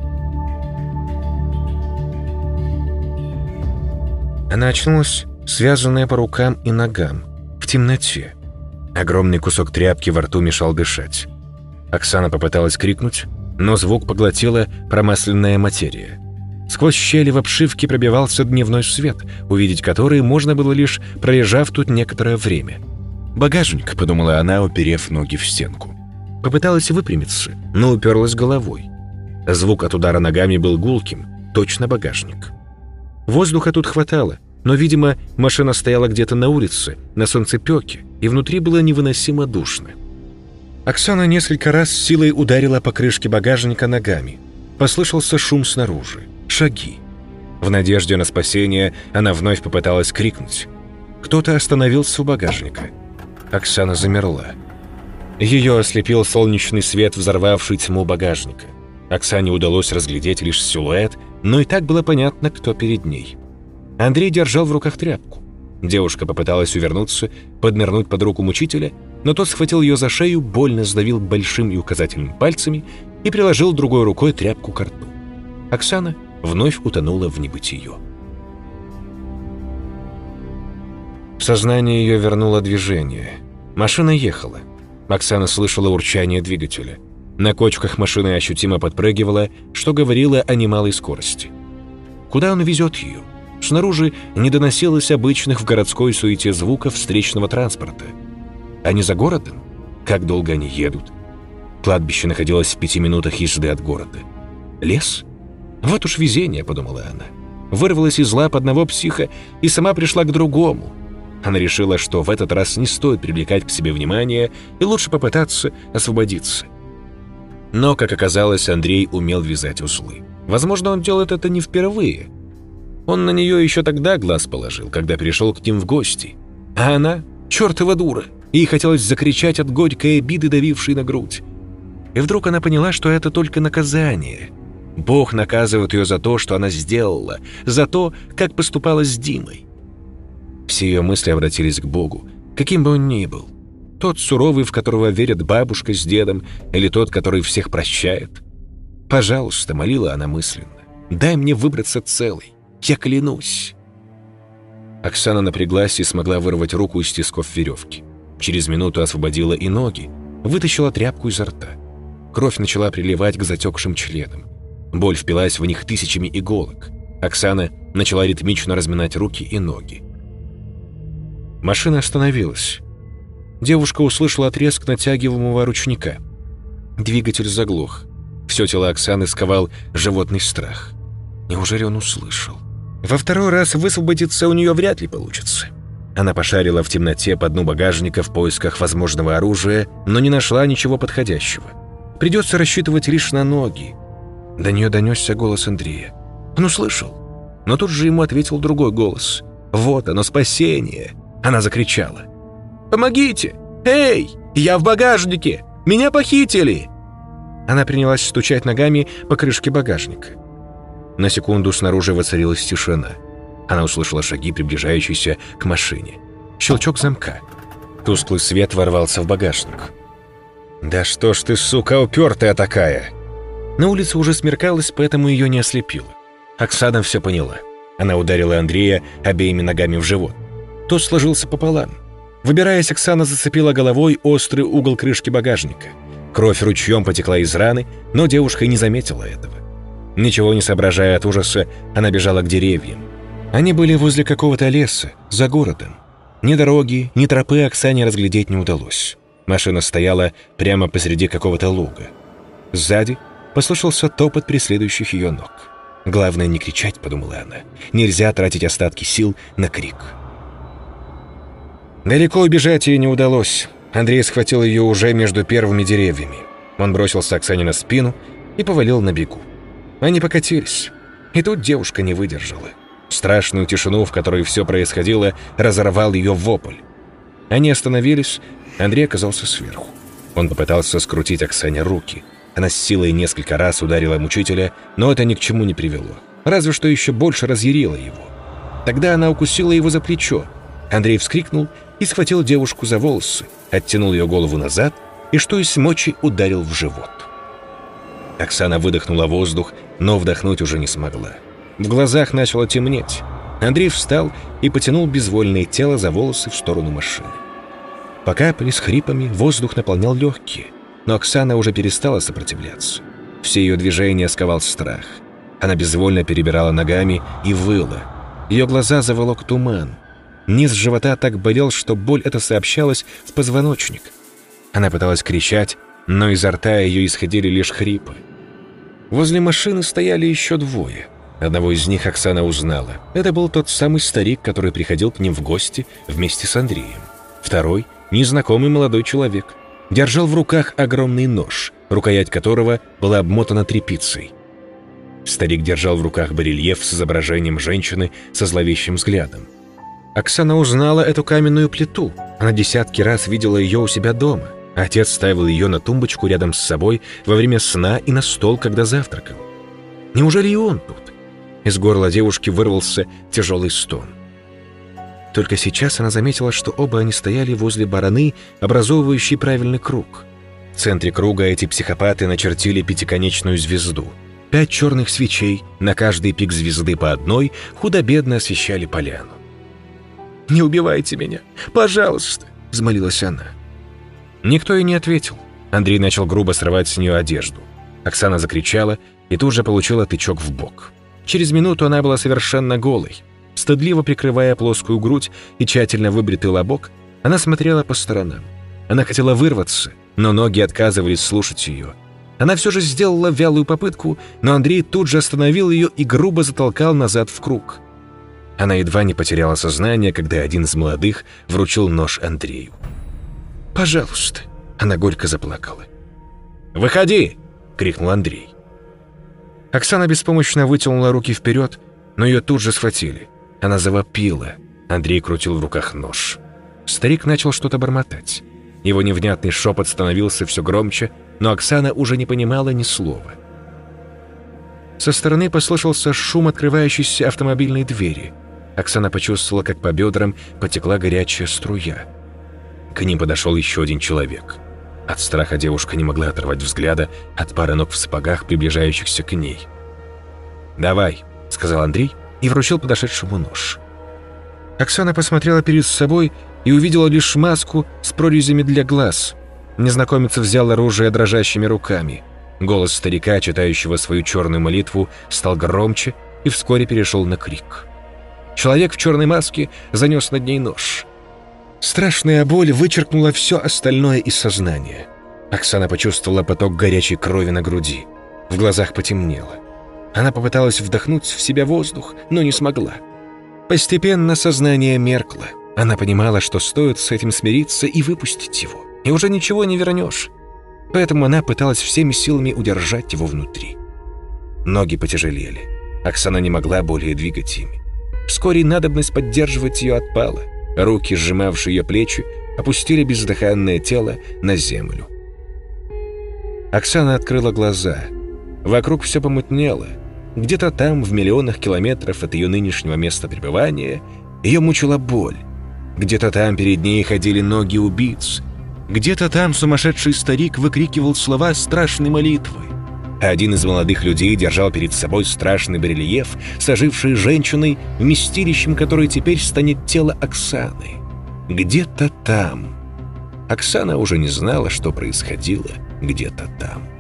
Она очнулась, связанная по рукам и ногам, в темноте. Огромный кусок тряпки во рту мешал дышать. Оксана попыталась крикнуть, но звук поглотила промасленная материя. Сквозь щели в обшивке пробивался дневной свет, увидеть который можно было лишь пролежав тут некоторое время. «Багажник», — подумала она, уперев ноги в стенку. Попыталась выпрямиться, но уперлась головой. Звук от удара ногами был гулким, точно багажник. Воздуха тут хватало, но, видимо, машина стояла где-то на улице, на солнцепёке, и внутри было невыносимо душно. Оксана несколько раз с силой ударила по крышке багажника ногами. Послышался шум снаружи, шаги. В надежде на спасение она вновь попыталась крикнуть. Кто-то остановился у багажника. Оксана замерла. Ее ослепил солнечный свет, взорвавший тьму багажника. Оксане удалось разглядеть лишь силуэт, но и так было понятно, кто перед ней. Андрей держал в руках тряпку. Девушка попыталась увернуться, поднырнуть под руку мучителя, но тот схватил ее за шею, больно сдавил большим и указательным пальцами и приложил другой рукой тряпку к рту. Оксана вновь утонула в небытие. В сознание ее вернуло движение. Машина ехала. Оксана слышала урчание двигателя. На кочках машина ощутимо подпрыгивала, что говорило о немалой скорости. Куда он везет ее? Снаружи не доносилось обычных в городской суете звуков встречного транспорта. Они за городом? Как долго они едут? Кладбище находилось в 5 минутах езды от города. Лес? Вот уж везение, подумала она. вырвалась из лап одного психа и сама пришла к другому. Она решила, что в этот раз не стоит привлекать к себе внимание и лучше попытаться освободиться. Но, как оказалось, Андрей умел вязать узлы. Возможно, он делает это не впервые. Он на нее еще тогда глаз положил, когда пришел к ним в гости. А она — чертова дура. Ей хотелось закричать от горькой обиды, давившей на грудь. И вдруг она поняла, что это только наказание. Бог наказывает ее за то, что она сделала, за то, как поступала с Димой. Все ее мысли обратились к Богу, каким бы он ни был. Тот суровый, в которого верят бабушка с дедом, или тот, который всех прощает. «Пожалуйста», — молила она мысленно, — «дай мне выбраться целой, я клянусь». Оксана напряглась и смогла вырвать руку из тисков веревки. Через минуту освободила и ноги, вытащила тряпку изо рта. Кровь начала приливать к затекшим членам. Боль впилась в них тысячами иголок. Оксана начала ритмично разминать руки и ноги. Машина остановилась. Девушка услышала треск натягиваемого ручника. Двигатель заглох. Все тело Оксаны сковал животный страх. Неужели он услышал? Во второй раз высвободиться у нее вряд ли получится. Она пошарила в темноте по дну багажника в поисках возможного оружия, но не нашла ничего подходящего. Придется рассчитывать лишь на ноги. До нее донесся голос Андрея. Он услышал. Но тут же ему ответил другой голос. «Вот оно, спасение!» Она закричала. «Помогите! Эй, я в багажнике! Меня похитили!» Она принялась стучать ногами по крышке багажника. На секунду снаружи воцарилась тишина. Она услышала шаги, приближающиеся к машине. Щелчок замка. Тусклый свет ворвался в багажник. «Да что ж ты, сука, упертая такая!» На улице уже смеркалось, поэтому ее не ослепило. Оксана все поняла. Она ударила Андрея обеими ногами в живот. Тот сложился пополам. Выбираясь, Оксана зацепила головой острый угол крышки багажника. Кровь ручьем потекла из раны, но девушка и не заметила этого. Ничего не соображая от ужаса, она бежала к деревьям. Они были возле какого-то леса, за городом. Ни дороги, ни тропы Оксане разглядеть не удалось. Машина стояла прямо посреди какого-то луга. Сзади послышался топот преследующих ее ног. «Главное не кричать», — подумала она. «Нельзя тратить остатки сил на крик». Далеко убежать ей не удалось. Андрей схватил ее уже между первыми деревьями. Он бросился Оксане на спину и повалил на бегу. Они покатились. И тут девушка не выдержала. Страшную тишину, в которой все происходило, разорвал ее вопль. Они остановились. Андрей оказался сверху. Он попытался скрутить Оксане руки. Она с силой несколько раз ударила мучителя, но это ни к чему не привело. Разве что еще больше разъярило его. Тогда она укусила его за плечо. Андрей вскрикнул и схватил девушку за волосы, оттянул ее голову назад и, что из мочи, ударил в живот. Оксана выдохнула воздух, но вдохнуть уже не смогла. В глазах начало темнеть. Андрей встал и потянул безвольное тело за волосы в сторону машины. По капле с хрипами воздух наполнял легкие, но Оксана уже перестала сопротивляться. Все ее движения сковал страх. Она безвольно перебирала ногами и выла. Ее глаза заволок туман. Низ живота так болел, что боль эта сообщалась в позвоночник. Она пыталась кричать, но изо рта ее исходили лишь хрипы. Возле машины стояли еще двое. Одного из них Оксана узнала. Это был тот самый старик, который приходил к ним в гости вместе с Андреем. Второй — незнакомый молодой человек. Держал в руках огромный нож, рукоять которого была обмотана тряпицей. Старик держал в руках барельеф с изображением женщины со зловещим взглядом. Оксана узнала эту каменную плиту. Она десятки раз видела ее у себя дома. Отец ставил ее на тумбочку рядом с собой во время сна и на стол, когда завтракал. Неужели и он тут? Из горла девушки вырвался тяжелый стон. Только сейчас она заметила, что оба они стояли возле бараны, образовывающей правильный круг. В центре круга эти психопаты начертили пятиконечную звезду. 5 черных свечей, на каждый пик звезды по одной, худо-бедно освещали поляну. «Не убивайте меня, пожалуйста!» — взмолилась она. Никто ей не ответил. Андрей начал грубо срывать с нее одежду. Оксана закричала и тут же получила тычок в бок. Через минуту она была совершенно голой. Стыдливо прикрывая плоскую грудь и тщательно выбритый лобок, она смотрела по сторонам. Она хотела вырваться, но ноги отказывались слушать ее. Она все же сделала вялую попытку, но Андрей тут же остановил ее и грубо затолкал назад в круг. Она едва не потеряла сознание, когда один из молодых вручил нож Андрею. «Пожалуйста», — она горько заплакала. «Выходи!» — крикнул Андрей. Оксана беспомощно вытянула руки вперед, но ее тут же схватили. Она завопила. Андрей крутил в руках нож. Старик начал что-то бормотать. Его невнятный шепот становился все громче, но Оксана уже не понимала ни слова. Со стороны послышался шум открывающейся автомобильной двери. Оксана почувствовала, как по бедрам потекла горячая струя. К ним подошел еще один человек. От страха девушка не могла оторвать взгляда от пары ног в сапогах, приближающихся к ней. «Давай», — сказал Андрей и вручил подошедшему нож. Оксана посмотрела перед собой и увидела лишь маску с прорезями для глаз. Незнакомец взял оружие дрожащими руками. Голос старика, читающего свою черную молитву, стал громче и вскоре перешел на крик. Человек в черной маске занес над ней нож. Страшная боль вычеркнула все остальное из сознания. Оксана почувствовала поток горячей крови на груди. В глазах потемнело. Она попыталась вдохнуть в себя воздух, но не смогла. Постепенно сознание меркло. Она понимала, что стоит с этим смириться и выпустить его, и уже ничего не вернешь. Поэтому она пыталась всеми силами удержать его внутри. Ноги потяжелели. Оксана не могла более двигать ими. Вскоре надобность поддерживать ее отпала. Руки, сжимавшие ее плечи, опустили бездыханное тело на землю. Оксана открыла глаза. Вокруг все помутнело. Где-то там, в миллионах километров от ее нынешнего места пребывания, ее мучила боль. Где-то там перед ней ходили ноги убийц. Где-то там сумасшедший старик выкрикивал слова страшной молитвы. Один из молодых людей держал перед собой страшный барельеф с ожившей женщиной, вместилищем которой теперь станет тело Оксаны. Где-то там. Оксана уже не знала, что происходило где-то там.